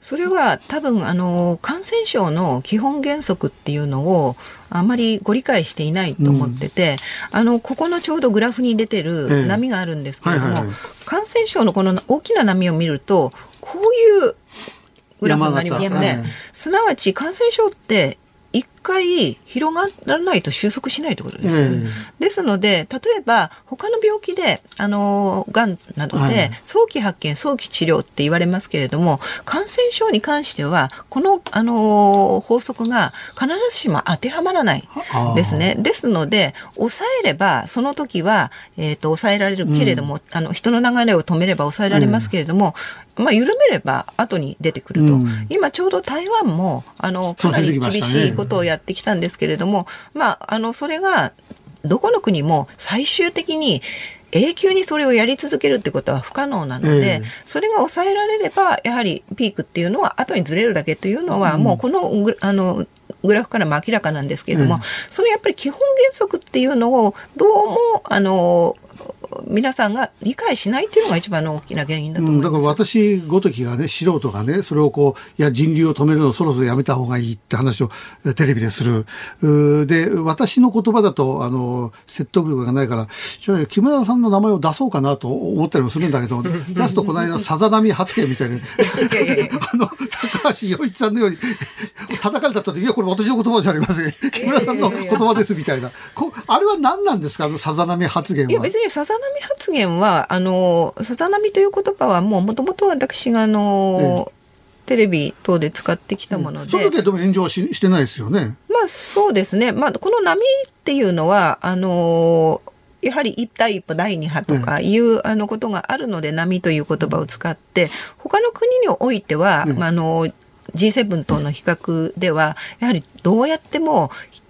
それは多分感染症の基本原則っていうのをあまりご理解していないと思ってて、ここのちょうどグラフに出てる波があるんですけれども、感染症のこの大きな波を見るとこういうグラフになりますよね。すなわち感染症って一回広がらないと収束しないということです。ですので、例えば他の病気でがんなどで早期発見、早期治療って言われますけれども、感染症に関してはこの法則が必ずしも当てはまらないですね。ですので抑えればその時は抑えられるけれども、人の流れを止めれば抑えられますけれども、緩めれば後に出てくると、今ちょうど台湾もかなり厳しいことをやってきたんですけれども、それがどこの国も最終的に永久にそれをやり続けるってことは不可能なので、それが抑えられればやはりピークっていうのは後にずれるだけというのはもうこのグラフからも明らかなんですけれども、それやっぱり基本原則っていうのをどうも皆さんが理解しないというのが一番の大きな原因だと思います。 だから私ごときがね、素人がね、それをいや人流を止めるのそろそろやめた方がいいって話をテレビでする。で、私の言葉だと説得力がないから、じゃあ木村さんの名前を出そうかなと思ったりもするんだけど、出すとこの間さざ波発言みたいな高橋洋一さんのように叩かれたと、いやこれ私の言葉じゃありません、木村さんの言葉ですみたいな、あれは何なんですか、さざ波発言は。 いや別にさざ波発言はさざ波という言葉はもともと私がテレビ等で使ってきたもので、 その時はでも炎上はしてないですよね。 そうですね、この波っていうのはやはり第一波第二波とかいうことがあるので、波という言葉を使って、他の国においては、G7 との比較ではやはりどうやっても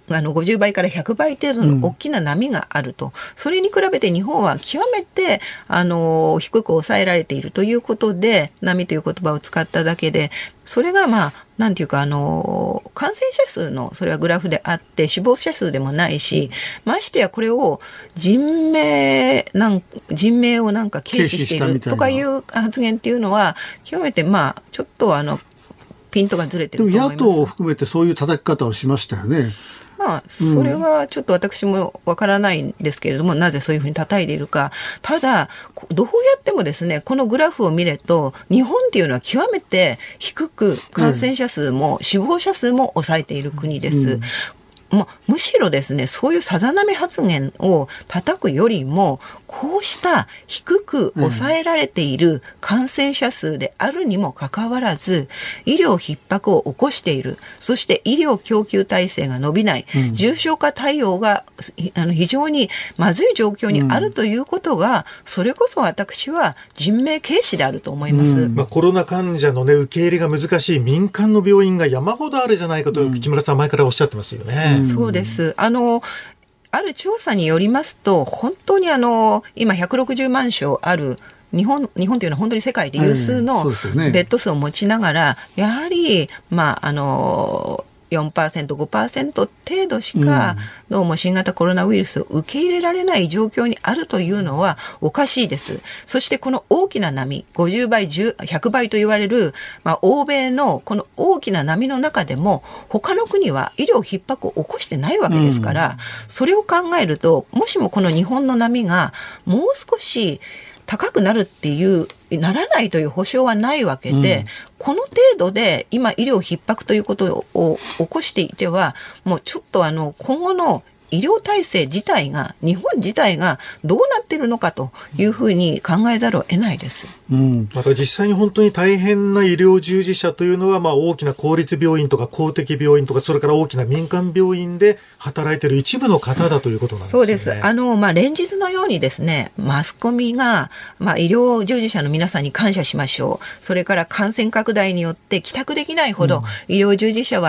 50倍から100倍程度の大きな波があると、それに比べて日本は極めて低く抑えられているということで波という言葉を使っただけで、それがなんていうか感染者数のそれはグラフであって死亡者数でもないし、ましてやこれを人命をなんか軽視しているとかいう発言っていうのは極めてちょっとピントがずれてると思います。 でも野党を含めてそういう叩き方をしましたよね。 それはちょっと私もわからないんですけれども、なぜそういうふうに叩いているか。ただどうやってもですね、このグラフを見ると日本っていうのは極めて低く感染者数も死亡者数も抑えている国です。むしろですね、そういうさざ波発言を叩くよりも、こうした低く抑えられている感染者数であるにもかかわらず、医療逼迫を起こしている、そして医療供給体制が伸びない、重症化対応が非常にまずい状況にあるということが、それこそ私は人命軽視であると思います。 コロナ患者の、受け入れが難しい民間の病院が山ほどあるじゃないかと、木村さん前からおっしゃってますよね。 そうです。ある調査によりますと、本当に今160万床ある日本というのは本当に世界で有数のベッド数を持ちながら、やはり4%、5% 程度しかどうも新型コロナウイルスを受け入れられない状況にあるというのはおかしいです。そしてこの大きな波、50倍、100倍と言われる、欧米のこの大きな波の中でも他の国は医療逼迫を起こしてないわけですから、それを考えると、もしもこの日本の波がもう少し高くなるっていうならないという保証はないわけで、この程度で今医療逼迫ということを起こしていては、もうちょっと今後の医療体制自体が、日本自体がどうなっているのかというふうに考えざるを得ないです。 また実際に本当に大変な医療従事者というのは、大きな公立病院とか公的病院とか、それから大きな民間病院で働いている一部の方だということなんですね。 そうです。連日のようにですね、マスコミが、医療従事者の皆さんに感謝しましょう、それから感染拡大によって帰宅できないほど医療従事者は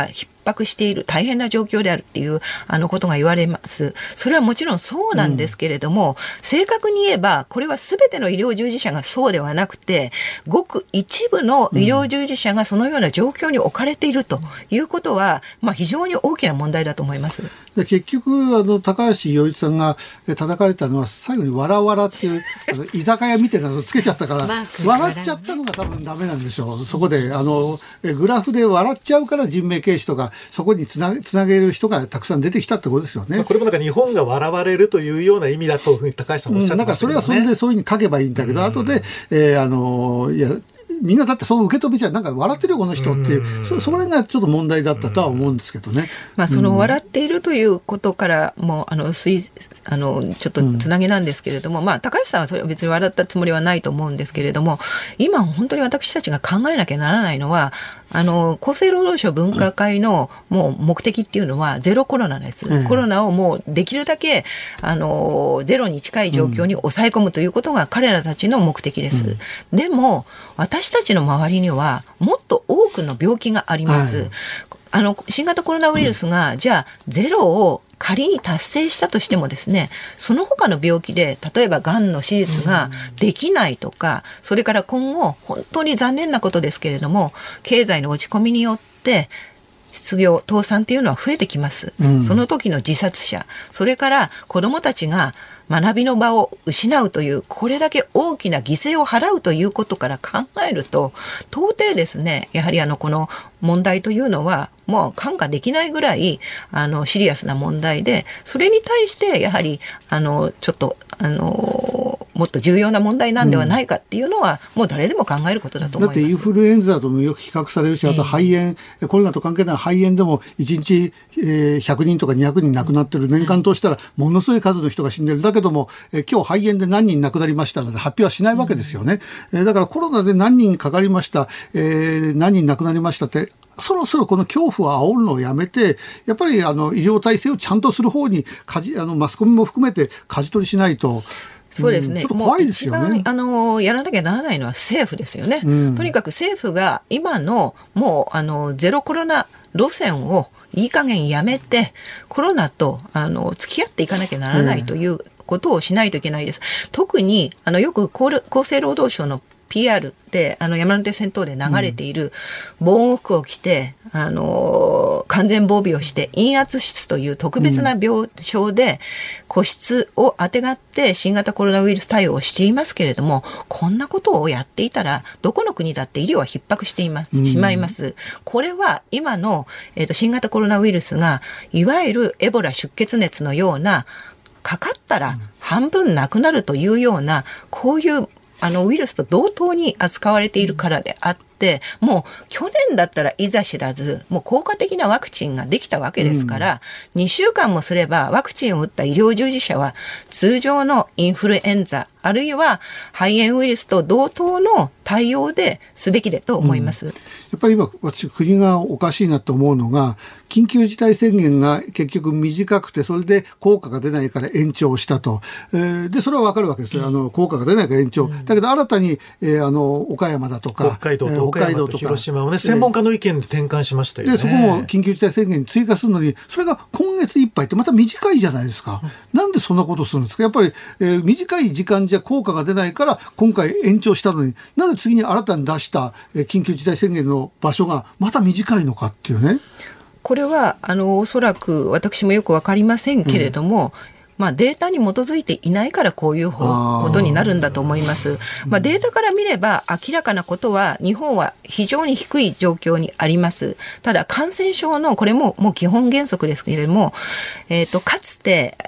迫している大変な状況であるっていうことが言われます。それはもちろんそうなんですけれども、正確に言えばこれは全ての医療従事者がそうではなくて、ごく一部の医療従事者がそのような状況に置かれているということは、非常に大きな問題だと思います。 で結局高橋洋一さんが叩かれたのは最後にわらわらっていう居酒屋みたいなのをつけちゃったから笑っちゃったのが多分ダメなんでしょう。そこでグラフで笑っちゃうから人命軽視とかそこにつなげる人がたくさん出てきたってことですよね。 これもなんか日本が笑われるというような意味だというふうに高橋さんおっしゃってましたけどね。 なんかそれはそれでそういうふうに書けばいいんだけど、後でいやみんなだってそう受け止めちゃう、なんか笑ってるよこの人っていう、それがちょっと問題だったとは思うんですけどね。 その笑っているということからもちょっとつなげなんですけれども、高橋さんはそれは別に笑ったつもりはないと思うんですけれども、今本当に私たちが考えなきゃならないのは、厚生労働省分科会のもう目的っていうのはゼロコロナです。コロナをもうできるだけゼロに近い状況に抑え込むということが彼らたちの目的です。でも私たちの周りにはもっと多くの病気があります。新型コロナウイルスがじゃあゼロを仮に達成したとしてもですね、その他の病気で例えばがんの手術ができないとか、それから今後本当に残念なことですけれども、経済の落ち込みによって失業倒産っていうのは増えてきます。その時の自殺者、それから子どもたちが学びの場を失うという、これだけ大きな犠牲を払うということから考えると、到底ですね、やはりこの問題というのはもう看過できないぐらいシリアスな問題で、それに対してやはりちょっともっと重要な問題なんではないかっていうのは、もう誰でも考えることだと思います。 だってインフルエンザともよく比較されるし、あと肺炎、コロナと関係ない肺炎でも1日100人とか200人亡くなってる、年間通したらものすごい数の人が死んでる。だけども今日肺炎で何人亡くなりましたので発表はしないわけですよね。だからコロナで何人かかりました、何人亡くなりましたって、そろそろこの恐怖を煽るのをやめて、やっぱり医療体制をちゃんとする方にマスコミも含めて舵取りしないと。 そうですね。 ちょっと怖いですよね。 もう一番やらなきゃならないのは政府ですよね。とにかく政府が今のもうゼロコロナ路線をいい加減やめて、コロナと付き合っていかなきゃならないということをしないといけないです。特によく厚生労働省の PR で山手線等で流れている防護服を着て完全防備をして陰圧室という特別な病床で個室をあてがって新型コロナウイルス対応をしていますけれども、こんなことをやっていたらどこの国だって医療は逼迫してしまいます。これは今の、新型コロナウイルスがいわゆるエボラ出血熱のような、かかったら半分なくなるというような、こういうウイルスと同等に扱われているからであって、もう去年だったらいざ知らず、もう効果的なワクチンができたわけですから、2週間もすればワクチンを打った医療従事者は通常のインフルエンザあるいは肺炎ウイルスと同等の対応ですべきだと思います。 やっぱり今私国がおかしいなと思うのが、緊急事態宣言が結局短くてそれで効果が出ないから延長したと、でそれは分かるわけですよ。効果が出ないから延長、だけど新たに、岡山だとか北海道と広島をね、専門家の意見で転換しましたよね。 でそこも緊急事態宣言に追加するのに、それが今月いっぱいってまた短いじゃないですか。なんでそんなことするんですか。やっぱり、短い時間じゃ効果が出ないから今回延長したのに、なぜ次に新たに出した、緊急事態宣言の場所がまた短いのかっていうね。 これはおそらく私もよく分かりませんけれども、データに基づいていないからこういうことになるんだと思います。データから見れば明らかなことは、日本は非常に低い状況にあります。ただ感染症のこれもう基本原則ですけれども、かつて、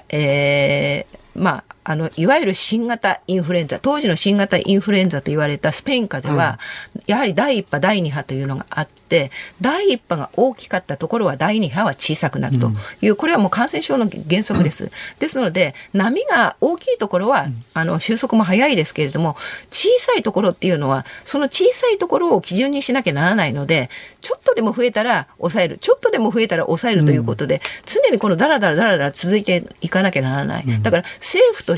いわゆる新型インフルエンザ、当時の新型インフルエンザと言われたスペイン風邪は、やはり第1波、第2波というのがあって、第1波が大きかったところは第2波は小さくなるという、これはもう感染症の原則です。ですので、波が大きいところは収束も早いですけれども、小さいところっていうのは、その小さいところを基準にしなきゃならないので、ちょっとでも増えたら抑える、ちょっとでも増えたら抑えるということで、常にこのダラダラ続いていかなきゃならない。だから政府と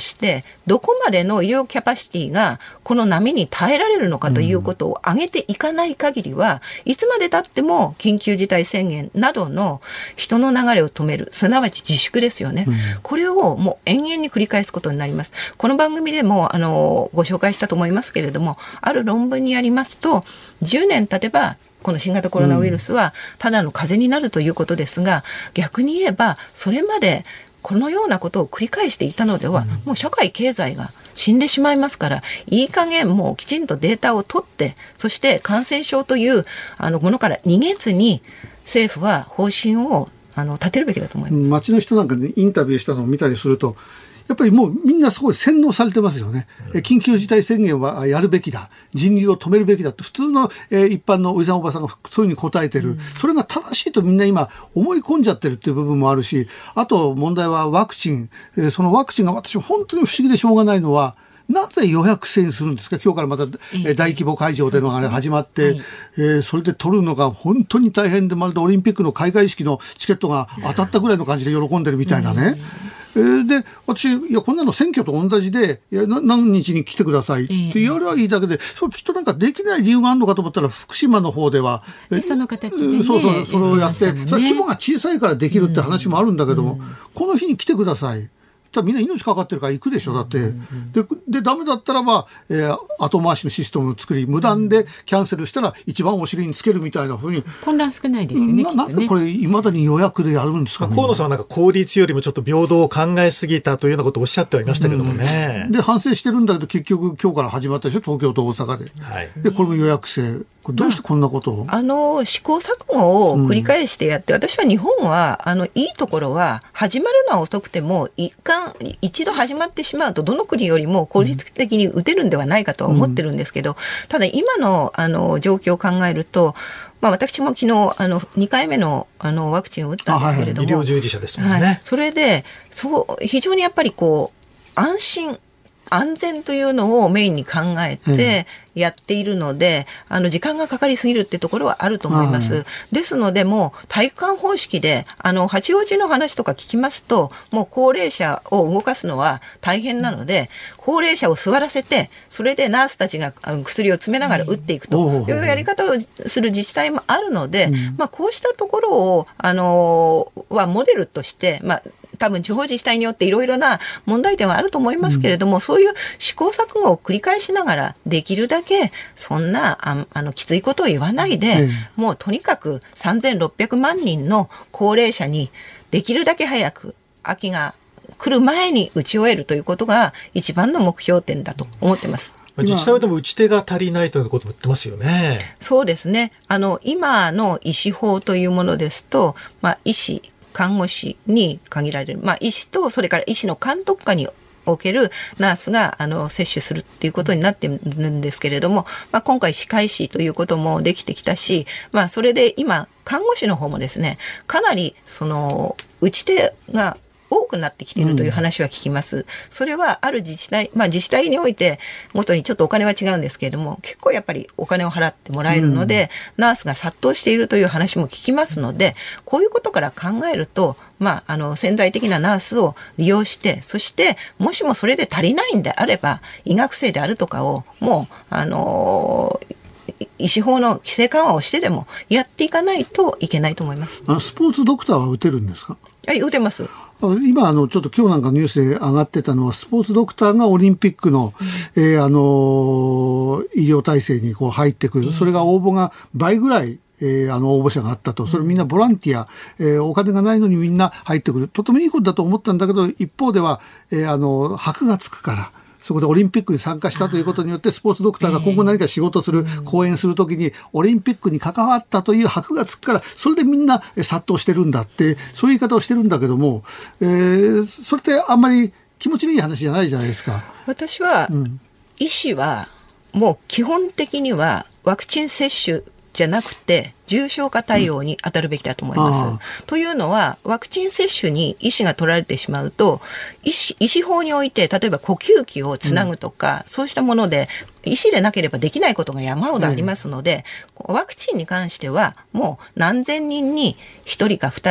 してどこまでの医療キャパシティがこの波に耐えられるのかということを上げていかない限りは、いつまで経っても緊急事態宣言などの人の流れを止める、すなわち自粛ですよね、これをもう延々に繰り返すことになります。この番組でもご紹介したと思いますけれども、ある論文によりますと、10年経てばこの新型コロナウイルスはただの風邪になるということですが、逆に言えばそれまでこのようなことを繰り返していたのでは、もう社会経済が死んでしまいますから、いい加減もうきちんとデータを取って、そして感染症というものから逃げずに政府は方針を立てるべきだと思います。 街の人なんかね、インタビューしたのを見たりすると、やっぱりもうみんなすごい洗脳されてますよね。緊急事態宣言はやるべきだ、人流を止めるべきだって普通の一般のおじさんおばさんがそういうふうに答えてる、それが正しいとみんな今思い込んじゃってるっていう部分もあるし、あと問題はワクチン、そのワクチンが私本当に不思議でしょうがないのは、なぜ予約制にするんですか。今日からまた大規模会場でのが始まって、それで取るのが本当に大変で、まるでオリンピックの開会式のチケットが当たったぐらいの感じで喜んでるみたいなね。で、私、いや、こんなの選挙と同じで、いや、何日に来てくださいって言わればいいだけで、それきっとなんかできない理由があるのかと思ったら、福島の方では、 その形でね、 それをやって、それは規模が小さいからできるって話もあるんだけども、この日に来てください。みんな命かかってるから行くでしょ。だってでダメだったらば、後回しのシステムを作り、無断でキャンセルしたら一番お尻につけるみたいなふうに。 混乱少ないですよね。 なぜこれいまだに予約でやるんですかね。 河野さんはなんか効率よりもちょっと平等を考えすぎたというようなことをおっしゃってはいましたけどもね、 で反省してるんだけど、結局今日から始まったでしょ、東京と大阪で、でこれも予約制。これどうしてこんなことを、 試行錯誤を繰り返してやって、私は日本はいいところは、始まるのは遅くても一度始まってしまうとどの国よりも効率的に打てるんではないかとは思ってるんですけど、ただ今の状況を考えると、私も昨日2回目のワクチンを打ったんですけれども、 医療従事者ですもんね、 それで非常にやっぱり安心安全というのをメインに考えてやっているので、時間がかかりすぎるってところはあると思います。ですので、もう体育館方式で八王子の話とか聞きますと、もう高齢者を動かすのは大変なので、高齢者を座らせて、それでナースたちが薬を詰めながら打っていくというやり方をする自治体もあるので、こうしたところをはモデルとして、多分地方自治体によっていろいろな問題点はあると思いますけれども、そういう試行錯誤を繰り返しながら、できるだけそんなきついことを言わないで、もうとにかく3600万人の高齢者にできるだけ早く秋が来る前に打ち終えるということが一番の目標点だと思っています。 自治体でも打ち手が足りないということも言ってますよね。 そうですね。今の医師法というものですと、医師看護師に限られる、医師とそれから医師の監督下におけるナースが接種するっていうことになってるんですけれども、今回歯科医師ということもできてきたし、それで今看護師の方もですね、かなり打ち手が多くなってきているという話は聞きます。それはある自治体、自治体において元にちょっとお金は違うんですけれども、結構やっぱりお金を払ってもらえるので、ナースが殺到しているという話も聞きますので、こういうことから考えると、潜在的なナースを利用して、そしてもしもそれで足りないんであれば、医学生であるとかをもう医師法の規制緩和をしてでもやっていかないといけないと思います。 スポーツドクターは打てるんですか？ はい、打てます。 今ちょっと今日なんかニュースで上がってたのは、スポーツドクターがオリンピックの、医療体制に入ってくる、それが応募が倍ぐらい応募者があったと。それみんなボランティア、お金がないのにみんな入ってくる、とてもいいことだと思ったんだけど、一方では、箔がつくから、そこでオリンピックに参加したということによって、スポーツドクターが今後何か仕事する、講演するときにオリンピックに関わったという箔がつくから、それでみんな殺到してるんだって、そういう言い方をしてるんだけども、それってあんまり気持ちのいい話じゃないじゃないですか。 私は、医師はもう基本的にはワクチン接種じゃなくて重症化対応に当たるべきだと思います。というのは、ワクチン接種に医師が取られてしまうと、医師法において例えば呼吸器をつなぐとか、そうしたもので医師でなければできないことが山ほどありますので、ワクチンに関してはもう何千人に1人か2人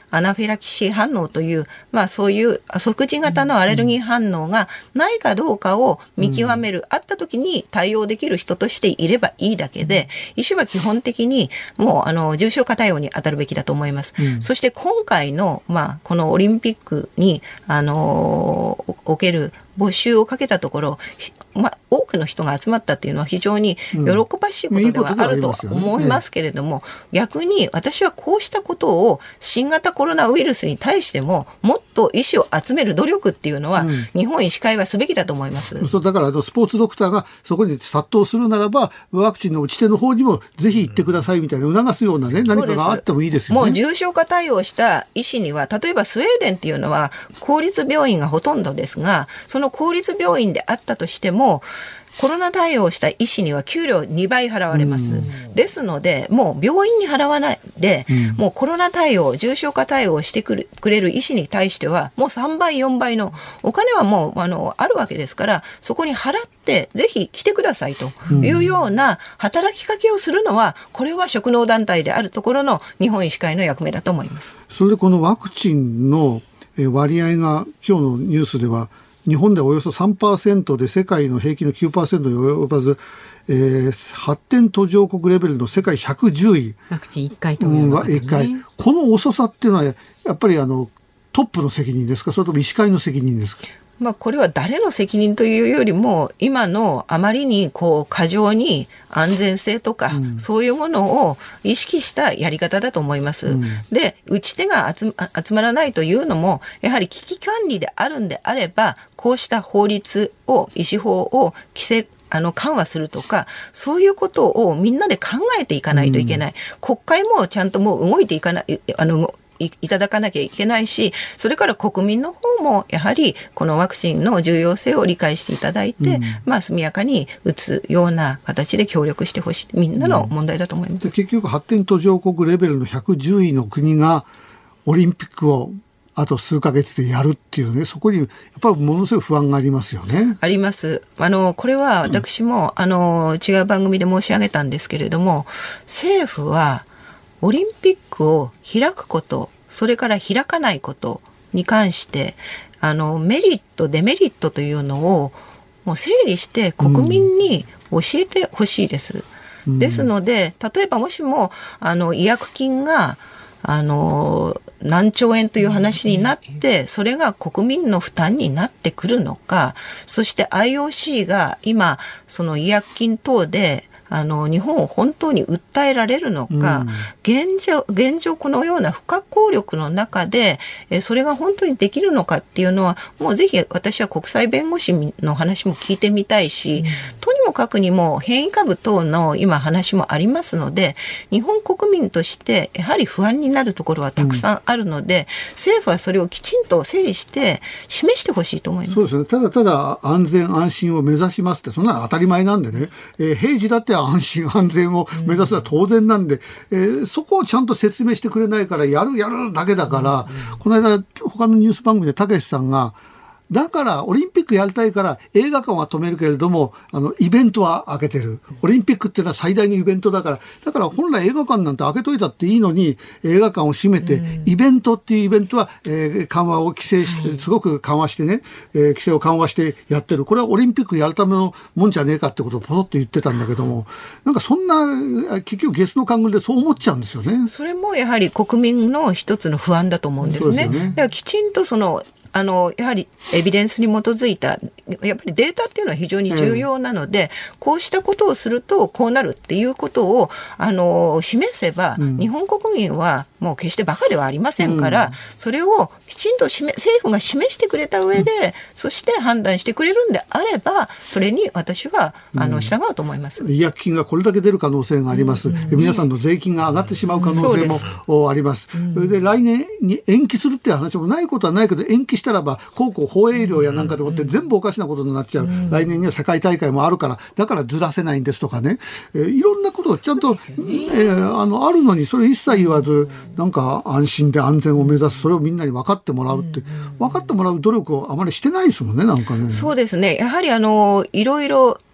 アナフィラキシー反応という、そういう即時型のアレルギー反応がないかどうかを見極める、あった時に対応できる人としていればいいだけで、医師は基本的にもう重症化対応に当たるべきだと思います。そして今回の、このオリンピックにおける募集をかけたところ、多くの人が集まったっていうのは非常に喜ばしいことではあると思いますけれども、逆に私はこうしたことを新型コロナウイルスに対してももっと医師を集める努力っていうのは、日本医師会はすべきだと思います。 そうだからスポーツドクターがそこに殺到するならば、ワクチンの打ち手の方にもぜひ行ってくださいみたいな促すようなね、何かがあってもいいですよね。 もう重症化対応した医師には、例えばスウェーデンっていうのは公立病院がほとんどですが、その公立病院であったとしてもコロナ対応をした医師には給料2倍払われます。ですので、もう病院に払わないで、もうコロナ対応、重症化対応をしてくれる医師に対してはもう3倍4倍のお金はもうあるわけですから、そこに払ってぜひ来てくださいというような働きかけをするのは、これは職能団体であるところの日本医師会の役目だと思います。 それでこのワクチンの割合が今日のニュースでは日本ではおよそ 3% で世界の平均の 9% に及ばず、発展途上国レベルの世界110位。 ワクチン1回というのですね。 この遅さっていうのはやっぱりトップの責任ですか、それとも医師会の責任ですか。 これは誰の責任というよりも、今のあまりに過剰に安全性とか、そういうものを意識したやり方だと思います。で、打ち手が集まらないというのも、やはり危機管理であるんであれば、こうした法律を、医師法を規制緩和するとか、そういうことをみんなで考えていかないといけない。国会もちゃんともう動いていかない、いただかなきゃいけないし、それから国民の方もやはりこのワクチンの重要性を理解していただいて、速やかに打つような形で協力してほしい、みんなの問題だと思います。 結局発展途上国レベルの110位の国がオリンピックをあと数ヶ月でやるっていうね、そこにやっぱりものすごい不安がありますよね。 あります。これは私も、違う番組で申し上げたんですけれども、政府はオリンピックを開くこと、それから開かないことに関してメリットデメリットというのをもう整理して国民に教えてほしいです。ですので、例えばもしも医薬金が何兆円という話になって、それが国民の負担になってくるのか、そして IOC が今その医薬金等で日本を本当に訴えられるのか、現状このような不可抗力の中でそれが本当にできるのかっていうのは、もうぜひ私は国際弁護士の話も聞いてみたいし、とにもかくにも変異株等の今話もありますので、日本国民としてやはり不安になるところはたくさんあるので、政府はそれをきちんと整理して示してほしいと思います。 そうですね。ただただ安全安心を目指しますって、そんなの当たり前なんでね、平時だって安心安全を目指すのは当然なんで、そこをちゃんと説明してくれないからやるだけだから、この間他のニュース番組でたけしさんが、だからオリンピックやりたいから映画館は止めるけれどもイベントは開けてる。オリンピックっていうのは最大のイベントだから本来映画館なんて開けといたっていいのに映画館を閉めて、イベントっていうイベントは、緩和を規制してすごく緩和してね、規制を緩和してやってる。これはオリンピックやるためのもんじゃねえかってことをポロッと言ってたんだけども、なんかそんな結局ゲスの勘繰りでそう思っちゃうんですよね。 それもやはり国民の一つの不安だと思うんですね。だからきちんとやはりエビデンスに基づいたやっぱりデータっていうのは非常に重要なので、こうしたことをするとこうなるっていうことを示せば、日本国民はもう決してバカではありませんから、それをきちんと政府が示してくれた上で、そして判断してくれるんであれば、それに私は従うと思います。 医薬品がこれだけ出る可能性があります。皆さんの税金が上がってしまう可能性もあります。それで来年に延期するっていう話もないことはないけど、延期したらば放映医療やなんかでもって全部おかしなことになっちゃう。来年には世界大会もあるからだからずらせないんですとかね、いろんなことがちゃんと、あるのにそれ一切言わず、なんか安心で安全を目指す、それをみんなに分かってもらうって分かってもらう努力をあまりしてないですもんね。なんかね。 そうですね。やはりいろいろ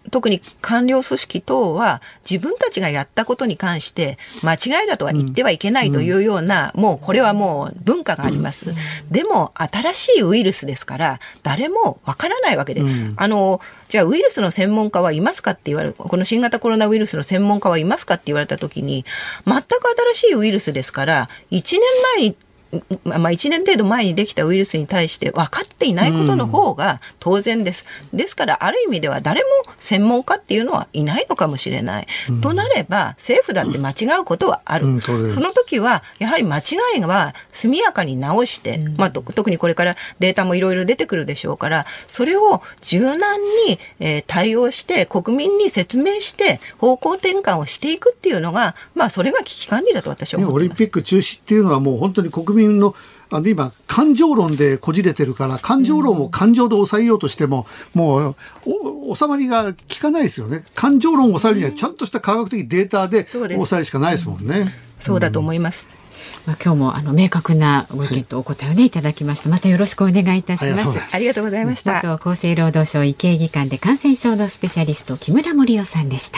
特に官僚組織等は自分たちがやったことに関して間違いだとは言ってはいけないというような、もうこれはもう文化があります。でも新しいウイルスですから誰もわからないわけで、じゃあウイルスの専門家はいますかって言われる、この新型コロナウイルスの専門家はいますかって言われた時に、全く新しいウイルスですから1年程度前にできたウイルスに対して分かっていないことの方が当然です。ですからある意味では誰も専門家っていうのはいないのかもしれない。となれば政府だって間違うことはある。その時はやはり間違いは速やかに直して、特にこれからデータもいろいろ出てくるでしょうから、それを柔軟に、対応して国民に説明して方向転換をしていくっていうのが、それが危機管理だと私は思っています。 オリンピック中止っていうのはもう本当に国民の今感情論でこじれてるから、感情論を感情で抑えようとしても、もう収まりが効かないですよね。感情論を抑えるにはちゃんとした科学的データで抑えるしかないですもんね。 そうだと思います。 今日も明確なご意見とお答えをねいただきました。またよろしくお願いいたします。 ありがとうございました。 厚生労働省医系技官で感染症のスペシャリスト木村盛夫さんでした。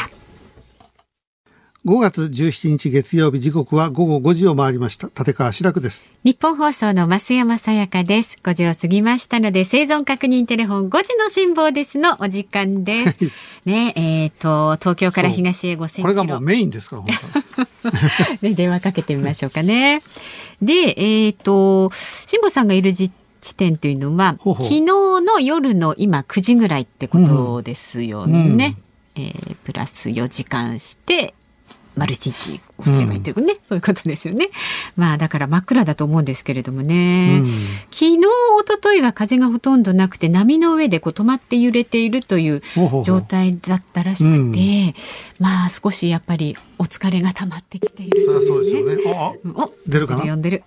5月17日月曜日、時刻は午後5時を回りました。立川志らくです。 日本放送の増山さやかです。5時を過ぎましたので、生存確認テレフォン5時の辛抱ですのお時間です。ね、東京から東へ5000キロ。 これがもうメインですから、本当に。電話かけてみましょうかね。で、辛坊さんがいる地点というのは、昨日の夜の今9時ぐらいってことですよね。プラス4時間して、丸1日をすればいいというね、そういうことですよね。だから真っ暗だと思うんですけれどもね、昨日、一昨日は風がほとんどなくて波の上で止まって揺れているという状態だったらしくて、少しやっぱりお疲れが溜まってきているというね。 そうですよね。出るかな。 呼んでる。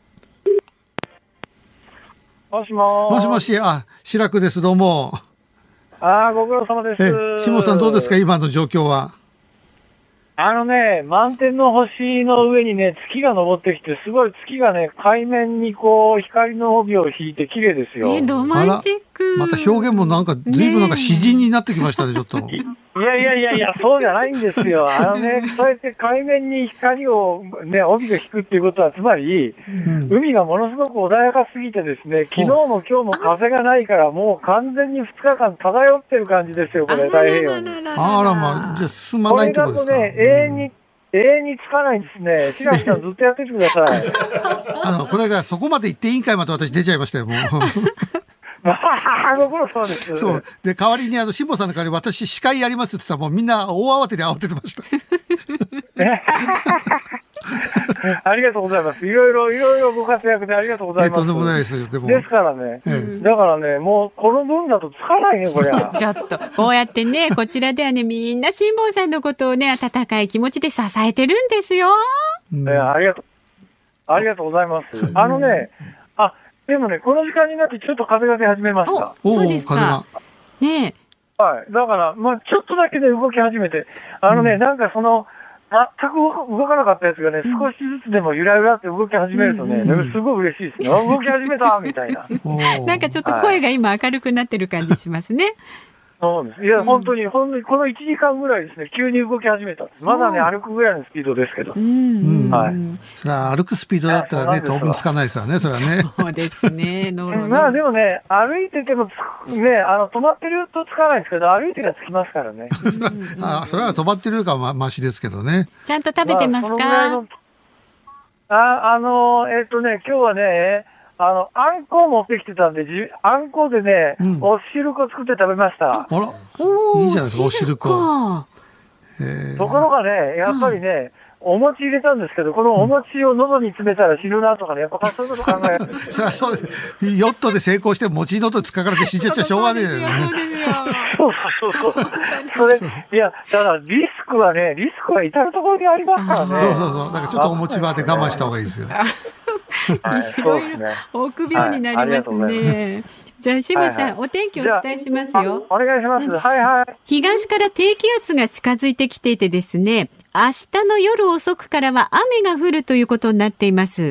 もしもしもし、志らくです。どうも。 ご苦労様です。 辛坊さんどうですか、今の状況は。 満天の星の上にね、月が昇ってきて、すごい月がね、海面に光の帯を引いて綺麗ですよ。 ロマンチック。 また表現も随分詩人になってきましたね、ちょっと。 いや、そうじゃないんですよ。そうやって海面に光をね、帯が引くっていうことは、つまり、海がものすごく穏やかすぎてですね、昨日も今日も風がないから、もう完全に2日間漂ってる感じですよ、これ、太平洋に。 じゃあ進まないってことですか。 これだとね、永遠につかないんですね。志らくさんずっとやっててください。 この間そこまで行って委員会まで私出ちゃいましたよ、もう。 ご苦労様です。 そう。で、代わりに辛坊さんの代わりに私司会やりますって言ったら、もうみんな大慌てで慌ててました。 ありがとうございます。いろいろご活躍でありがとうございます。 とんでもないですよ。 ですからね、だからね、もうこの分だとつかないね、これは。 ちょっと、こうやってね、こちらではね、みんな辛坊さんのことをね、温かい気持ちで支えてるんですよ。 ありがとうございます。でもね、この時間になってちょっと風が出始めました。 そうですか。ね。 はい。だから、ちょっとだけで動き始めて、なんか全く動かなかったやつがね、少しずつでもゆらゆらって動き始めるとね、すごい嬉しいですね。動き始めたみたいな。 なんかちょっと声が今明るくなってる感じしますね。 そうです。いや、本当に、この1時間ぐらいですね、急に動き始めた。まだね、歩くぐらいのスピードですけど。はい。 それは歩くスピードだったらね、当分つかないですよね、それはね。 そうですね。 でもね、歩いててもね、止まってるとつかないですけど、歩いてがつきますからね。 それは止まってるよりかはマシですけどね。 ちゃんと食べてますか？ 今日はね、あんこを持ってきてたんで、あんこでね、お汁粉作って食べました。 いいじゃないですか、お汁粉。 ところがね、やっぱりね、お餅入れたんですけど、このお餅を喉に詰めたら死ぬなとかね、やっぱそういうこと考えるんですよ。 そりゃそうです。ヨットで成功して餅喉つかかられて死んじゃっちゃしょうがねえよね。 そう。それ、いや、だからリスクは至るところにありますからね。 そう。なんかちょっとお餅場で我慢した方がいいですよ。 いろいろ臆病になりますね。じゃあ辛坊さん、お天気お伝えしますよ。 お願いします。はい。 東から低気圧が近づいてきていてですね、明日の夜遅くからは雨が降るということになっています。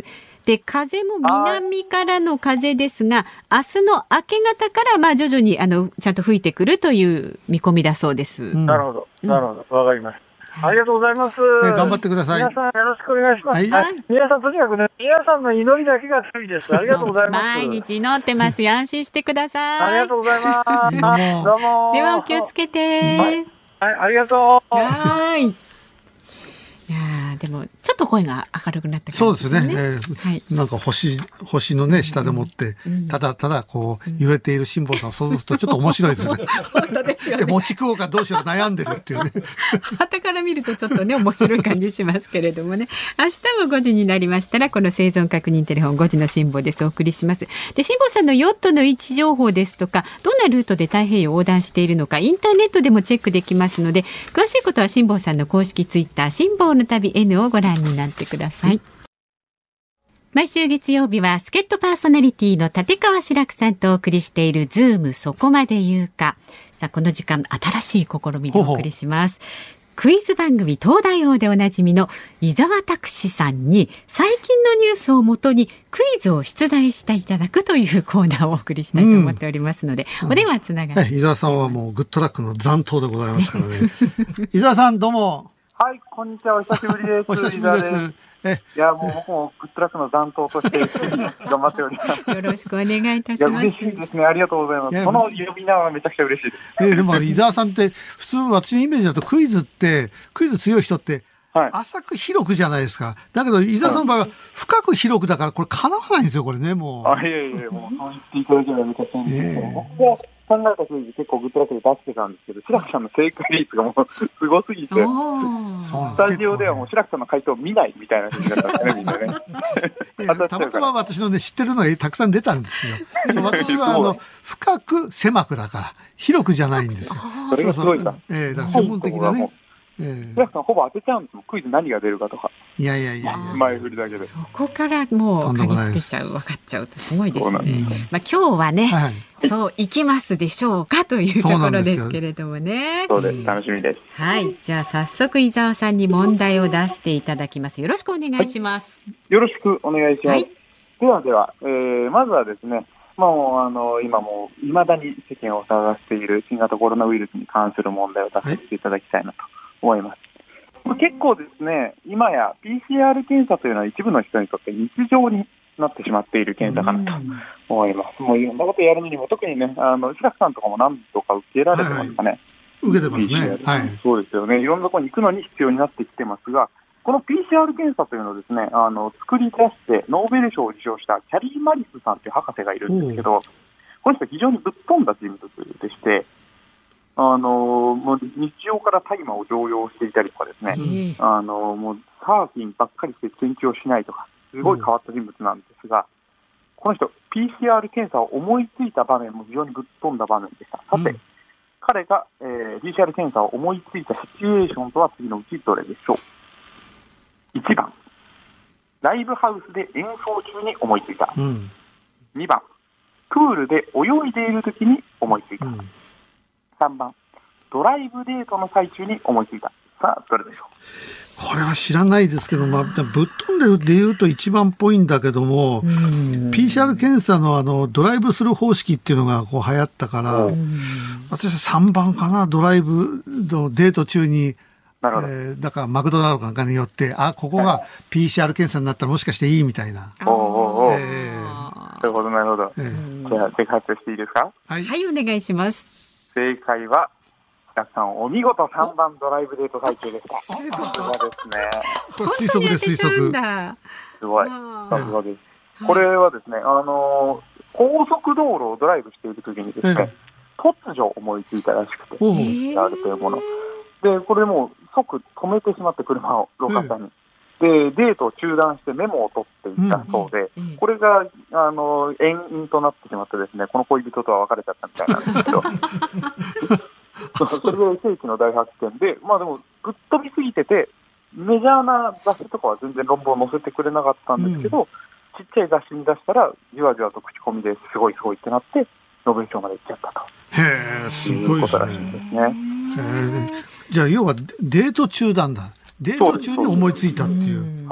して風も南からの風ですが、明日の明け方から徐々にちゃんと吹いてくるという見込みだそうです。 なるほど、なるほど、わかりました。ありがとうございます。 頑張ってください。 皆さんよろしくお願いします。はい、皆さんとにかくね、皆さんの祈りだけが強いです。ありがとうございます。 毎日祈ってますよ。安心してください。 ありがとうございます。どうも。 ではお気をつけて。 はい、ありがとう。 はい。いやでもちょっと声が明るくなった感じですね。 そうですね。はい、なんか星のね下でもって、ただこう揺れている辛坊さんを想像するとちょっと面白いですね。 本当ですよね。 で持ち食おうかどうしようか悩んでるっていうね。 旗から見るとちょっとね面白い感じしますけれどもね。明日も5時になりましたらこの生存確認テレフォン5時の辛坊です。お送りします。で辛坊さんのヨットの位置情報ですとかどんなルートで太平洋を横断しているのかインターネットでもチェックできますので詳しいことは辛坊さんの公式ツイッター辛坊の旅 N をご覧になってください。毎週月曜日は助っ人パーソナリティの立川志らくさんとお送りしているズームそこまで言うか。さあこの時間新しい試みでお送りします。クイズ番組東大王でおなじみの伊沢拓司さんに最近のニュースをもとにクイズを出題していただくというコーナーをお送りしたいと思っておりますので、お電話つながって、 伊沢さんはもうグッドラックの残党でございますからね。伊沢さんどうも。 はい、こんにちは。お久しぶりです。 お久しぶりです。 いや、もう僕もグッドラックの残党として頑張っております。 よろしくお願いいたします。 嬉しいですね。ありがとうございます。その呼び名はめちゃくちゃ嬉しいです。 でも伊沢さんって普通私のイメージだとクイズ強い人って浅く広くじゃないですか。だけど伊沢さんの場合は深く広くだからこれ叶わないんですよこれねもう。 いやもうそう言っていただければめちゃくちゃいいんですけど、僕は考えたクイズ結構グッドラックで出してたんですけど、白木さんの正解率がもうすごすぎて、スタジオではもう白木さんの回答を見ないみたいな感じだったんですね、みんなね。 たまたま私のね、知ってるのがたくさん出たんですよ。私は深く狭くだから、広くじゃないんですよ。 それがすごいんだ。 だから専門的なね。 白木さんほぼ当てちゃうんですもん。クイズ何が出るかとか。 いや前振りだけで。 そこからもう嗅ぎつけちゃう、分かっちゃうとすごいですね。今日はね、そういきますでしょうかというところですけれどもね。 そうです。楽しみです。 はい。じゃあ早速伊沢さんに問題を出していただきます。よろしくお願いします。 よろしくお願いします。では、まずはですね、今も未だに世間を騒がせている新型コロナウイルスに関する問題を出させていただきたいなと思います。結構ですね、今や PCR 検査というのは一部の人にとって日常になってしまっている検査かなと思います。もういろんなことやるのにも特にね、白木さんとかも何度か受けられてますかね。 受けてますね。 そうですよね。いろんなところに行くのに必要になってきてますが、この PCR 検査というのをですね、作り出してノーベル賞を受賞したキャリー・マリスさんという博士がいるんですけど、この人は非常にぶっ飛んだ人物でして、もう日常から大麻を常用していたりとかですね、もうサーフィンばっかりして研究をしないとか、すごい変わった人物なんですが、この人 PCR 検査を思いついた場面も非常にぶっ飛んだ場面でした。さて、彼が、PCR 検査を思いついたシチュエーションとは次のうちどれでしょう。1番、ライブハウスで演奏中に思いついた。2番、プールで泳いでいる時に思いついた。3番、ドライブデートの最中に思いついた。さあ、どれでしょう。 これは知らないですけど、ぶっ飛んでるって言うと一番っぽいんだけども、PCR 検査のドライブスルー方式っていうのがこう流行ったから、私は3番かな、ドライブのデート中に、だからマクドナルドなんかによって、ここが PCR 検査になったらもしかしていいみたいな。 なるほど、なるほど。じゃあ、正解発表していいですか？ はい、お願いします。 正解は、白木さん、お見事3番ドライブデート最中でした。 すごい。 さすがですね。 これ推測で推測。 すごい。さすがです。これはですね、高速道路をドライブしているときにですね、突如思いついたらしくて、あるというもの。で、これもう即止めてしまって車を路肩に。で、デートを中断してメモを取っていったそうで、これが、延々となってしまってですね、この恋人とは別れちゃったみたいなんですけど、それが世紀の大発見で、でも、ぶっ飛びすぎてて、メジャーな雑誌とかは全然論文を載せてくれなかったんですけど、ちっちゃい雑誌に出したら、じわじわと口コミですごいってなって、ノーベル賞まで行っちゃったと。 へー、すごいですね。 いうことらしいんですね。 じゃあ、要はデート中なんだ。デート中に思いついたっていう。 はい。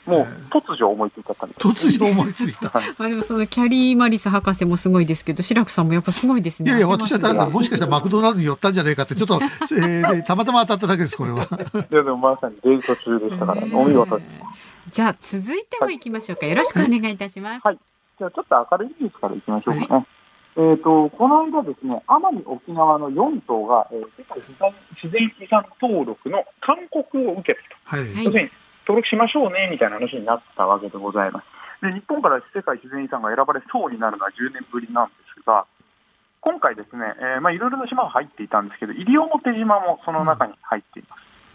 もう突如思いついちゃったんです。 突如思いついた。 でもそのキャリー・マリス博士もすごいですけど、志らくさんもやっぱすごいですね。 いやいや、私はただもしかしたらマクドナルドに寄ったんじゃないかってちょっと、たまたま当たっただけです、これは。 いやでもまさにデート中でしたから、お見事です。 じゃあ続いても行きましょうか。よろしくお願いいたします。 はい。じゃあちょっと明るいニュースからいきましょうかね。この間ですね、奄美沖縄の4島が、世界自然遺産登録の勧告を受けたと。要するに登録しましょうねみたいな話になったわけでございます。で、日本から世界自然遺産が選ばれそうになるのは10年ぶりなんですが、今回ですね、いろいろな島が入っていたんですけど、西表島もその中に入っています。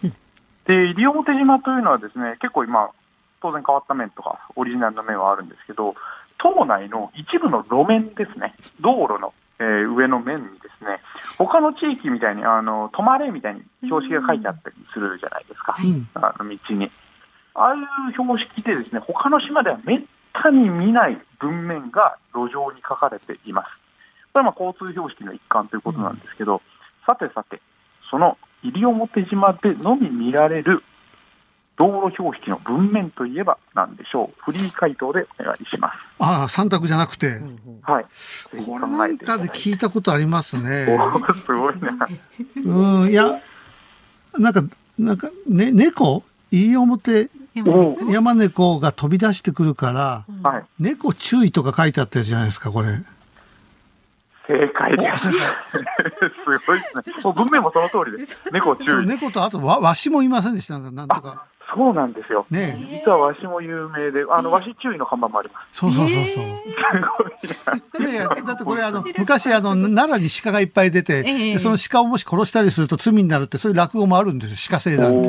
で、西表島というのはですね、結構今、当然変わった面とかオリジナルの面はあるんですけど、島内の一部の路面ですね、道路の、上の面にですね、他の地域みたいに止まれみたいに標識が書いてあったりするじゃないですか、道に。ああいう標識でですね、他の島ではめったに見ない文面が路上に書かれています。これは交通標識の一環ということなんですけど、さて、その西表島でのみ見られる道路標識の文面といえば何でしょう。フリー回答でお願いします。 ああ、3択じゃなくて。 はい。 これなんかで聞いたことありますね。 すごいな。 いや、なんか、猫西表山猫が飛び出してくるから、猫注意とか書いてあったじゃないですか、これ。 正解です。すごいですね。文面もその通りです。猫注意。 猫とあとワシもいませんでした。なんとか。 そうなんですよ。 ね、 実はワシも有名で、ワシ注意の看板もあります。 そう。すごいな。いや、だってこれ昔奈良に鹿がいっぱい出て、でその鹿をもし殺したりすると罪になるって、そういう落語もあるんですよ、鹿星団って。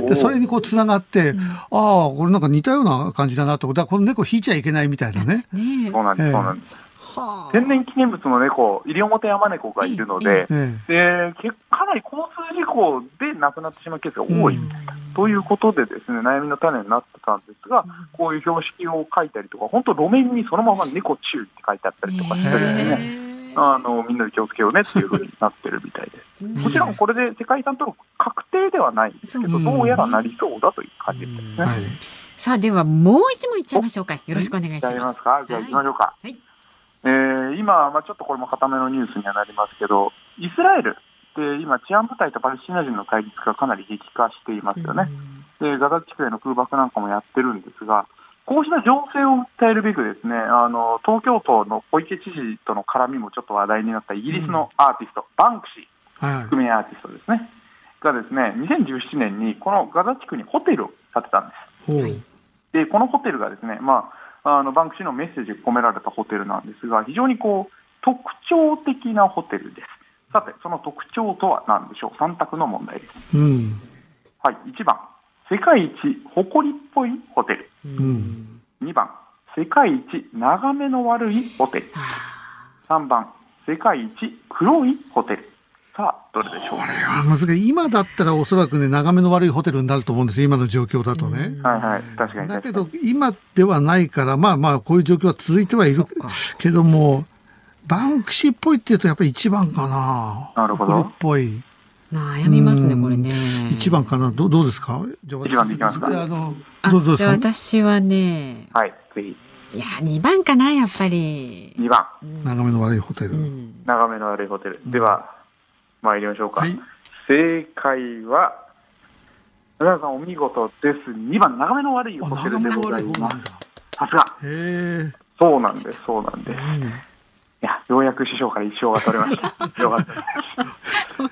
で、それにこう繋がって、これなんか似たような感じだなと。だからこの猫引いちゃいけないみたいなね。 そうなんです。天然記念物の猫、西表山猫がいるので、かなり交通事故で亡くなってしまうケースが多い、ということでですね、悩みの種になってたんですが、こういう標識を書いたりとか、本当路面にそのまま猫注意って書いてあったりとかしてですね、みんなで気をつけようねっていうふうになってるみたいです。もちろんこれで世界遺産登録確定ではないですけど、どうやらなりそうだという感じですね。 さあ、ではもう一問いっちゃいましょうか。よろしくお願いします。 じゃあ行きましょうか。今、ちょっとこれも固めのニュースにはなりますけど、イスラエルで今、治安部隊とパレスチナ人の対立がかなり激化していますよね。で、ガザ地区への空爆なんかもやってるんですが、こうした情勢を訴えるべくですね、東京都の小池知事との絡みもちょっと話題になったイギリスのアーティスト、バンクシー、覆面アーティストですね、がですね、2017年にこのガザ地区にホテルを建てたんです。で、このホテルがですね、バンクシーのメッセージが込められたホテルなんですが、非常に特徴的なホテルです。さて、その特徴とは何でしょう。3択の問題です。はい、1番、世界一誇りっぽいホテル。2番、世界一眺めの悪いホテル。3番、世界一黒いホテル。さあ、どれでしょう。 これは難しい。今だったらおそらくね、眺めの悪いホテルになると思うんですよ、今の状況だとね。 確かに。 だけど、今ではないから、こういう状況は続いてはいるけども、バンクシーっぽいっていうと、やっぱり1番かな。 なるほど。 これっぽい。 悩みますね、これね。 1番かな。どうですか。 1番でいきますか。 どうですか。 私はね。 はい、ぜひ。 いや、2番かな、やっぱり。 2番。 眺めの悪いホテル。 眺めの悪いホテル。では、参りましょうか。正解は、村田さんお見事です。2番、眺めの悪いホテルでございます。さすが。そうなんです。いや、ようやく師匠から一勝が取れました。よかったです。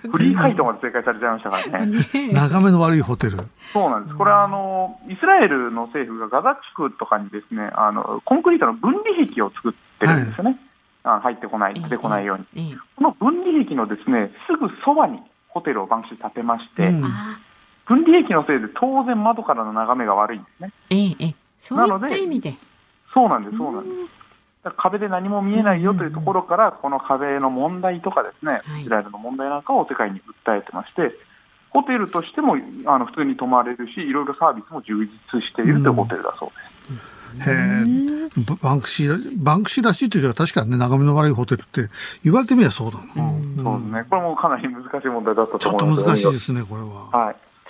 フリー回答まで正解されちゃいましたからね。 眺めの悪いホテル。 そうなんです。これはイスラエルの政府がガザ地区とかにですね、コンクリートの分離壁を作ってるんですよね。入ってこない、出てこないように。この分離壁のですね、すぐそばにホテルをバンクシー建てまして、分離壁のせいで当然窓からの眺めが悪いんですね。 そういった意味で。 そうなんです。壁で何も見えないよというところから、この壁の問題とかですね、イスラエルの問題なんかを世界に訴えてまして、ホテルとしても普通に泊まれるし、いろいろサービスも充実しているというホテルだそうです。 バンクシーらしいというよりは確かにね、眺めの悪いホテルって言われてみればそうだな。 そうですね。これもかなり難しい問題だったと思います。 ちょっと難しいですね、これは。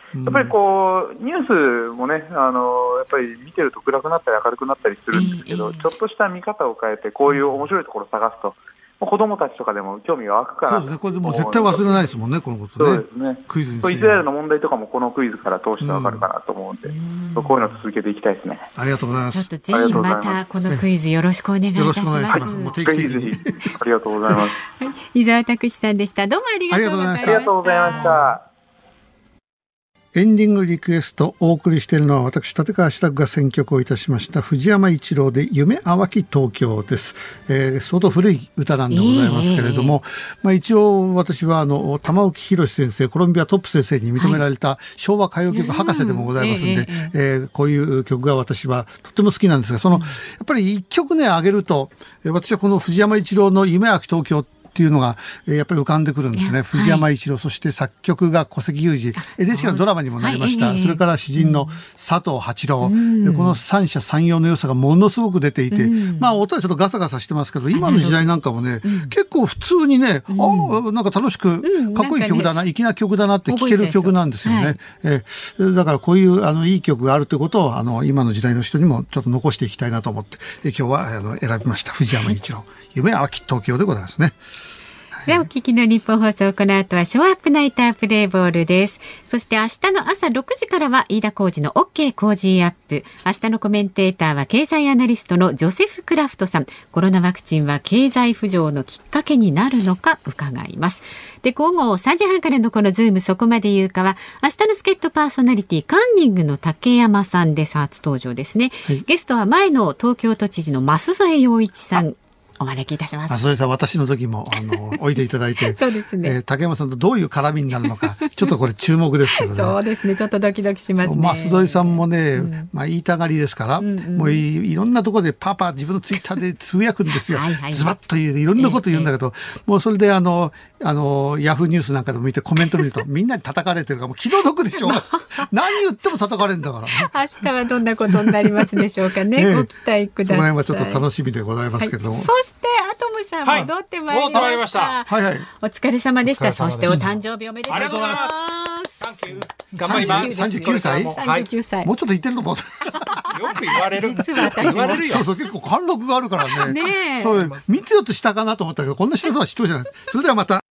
やっぱりこうニュースもね、やっぱり見てると暗くなったり明るくなったりするんですけど、ちょっとした見方を変えてこういう面白いところを探すと、子どもたちとかでも興味が湧くから。 そうですね、これでも絶対忘れないですもんね、このことね。 そうですね。 クイズにする。 イスラエルの問題とかもこのクイズから通してわかるかなと思うんで、こういうの続けていきたいですね。 ありがとうございます。 ちょっとぜひまたこのクイズよろしくお願いいたします。 もう定期的に。 ありがとうございます。 伊沢拓司さんでした。どうもありがとうございました。 ありがとうございました。 エンディングリクエストお送りしているのは私立川志らくが選曲をいたしました藤山一郎で夢淡き東京です、相当古い歌なんでございますけれども、一応私は玉置宏先生コロンビアトップ先生に認められた昭和歌謡曲博士でもございますんで、こういう曲が私はとっても好きなんですが、やっぱり一曲ね挙げると、私はこの藤山一郎の夢淡き東京っていうのがやっぱり浮かんでくるんですね。藤山一郎、そして作曲が小関裕二、NHK のドラマにもなりました。それから詩人の佐藤八郎、この三者三様の良さがものすごく出ていて、音はちょっとガサガサしてますけど、今の時代なんかもね、結構普通にね、なんか楽しくかっこいい曲だな、粋な曲だなって聴ける曲なんですよね。だからこういういい曲があるということを今の時代の人にもちょっと残していきたいなと思って、今日は選びました。藤山一郎、夢淡き東京でございますね。 お聞きの日本放送、この後はショーアップナイタープレイボールです。そして明日の朝6時からは飯田浩司の OK 工事アップ。明日のコメンテーターは経済アナリストのジョセフ・クラフトさん。コロナワクチンは経済浮上のきっかけになるのか伺います。で、午後3時半からのこのズームそこまで言うかは、明日の助っ人パーソナリティカンニングの竹山さんです。初登場ですね。ゲストは前の東京都知事の舛添洋一さん。お招きいたします。 それさ、私の時もおいでいただいてそうですね、 竹山さんとどういう絡みになるのかちょっとこれ注目ですけどね。 そうですね、ちょっとドキドキしますね。 舛添さんもね、言いたがりですから、もういろんなところでパパ自分のツイッターでつぶやくんですよ。ズバッと言ういろんなこと言うんだけど、もうそれでヤフーニュースなんかでも見てコメント見るとみんなに叩かれてるからもう気の毒でしょうが何言っても叩かれるんだから、ね、 明日はどんなことになりますでしょうかね。ご期待ください。 その辺はちょっと楽しみでございますけども、 そしてアトムさん戻ってまいりました。お疲れ様でした。そしてお誕生日おめでとうございます。 頑張ります。 39歳、 39歳、 もうちょっと言ってるのもよく言われる。 実は私もそう結構貫禄があるからね。そう3つ4つ下かなと思ったけど、こんな下とは人じゃない。それではまた。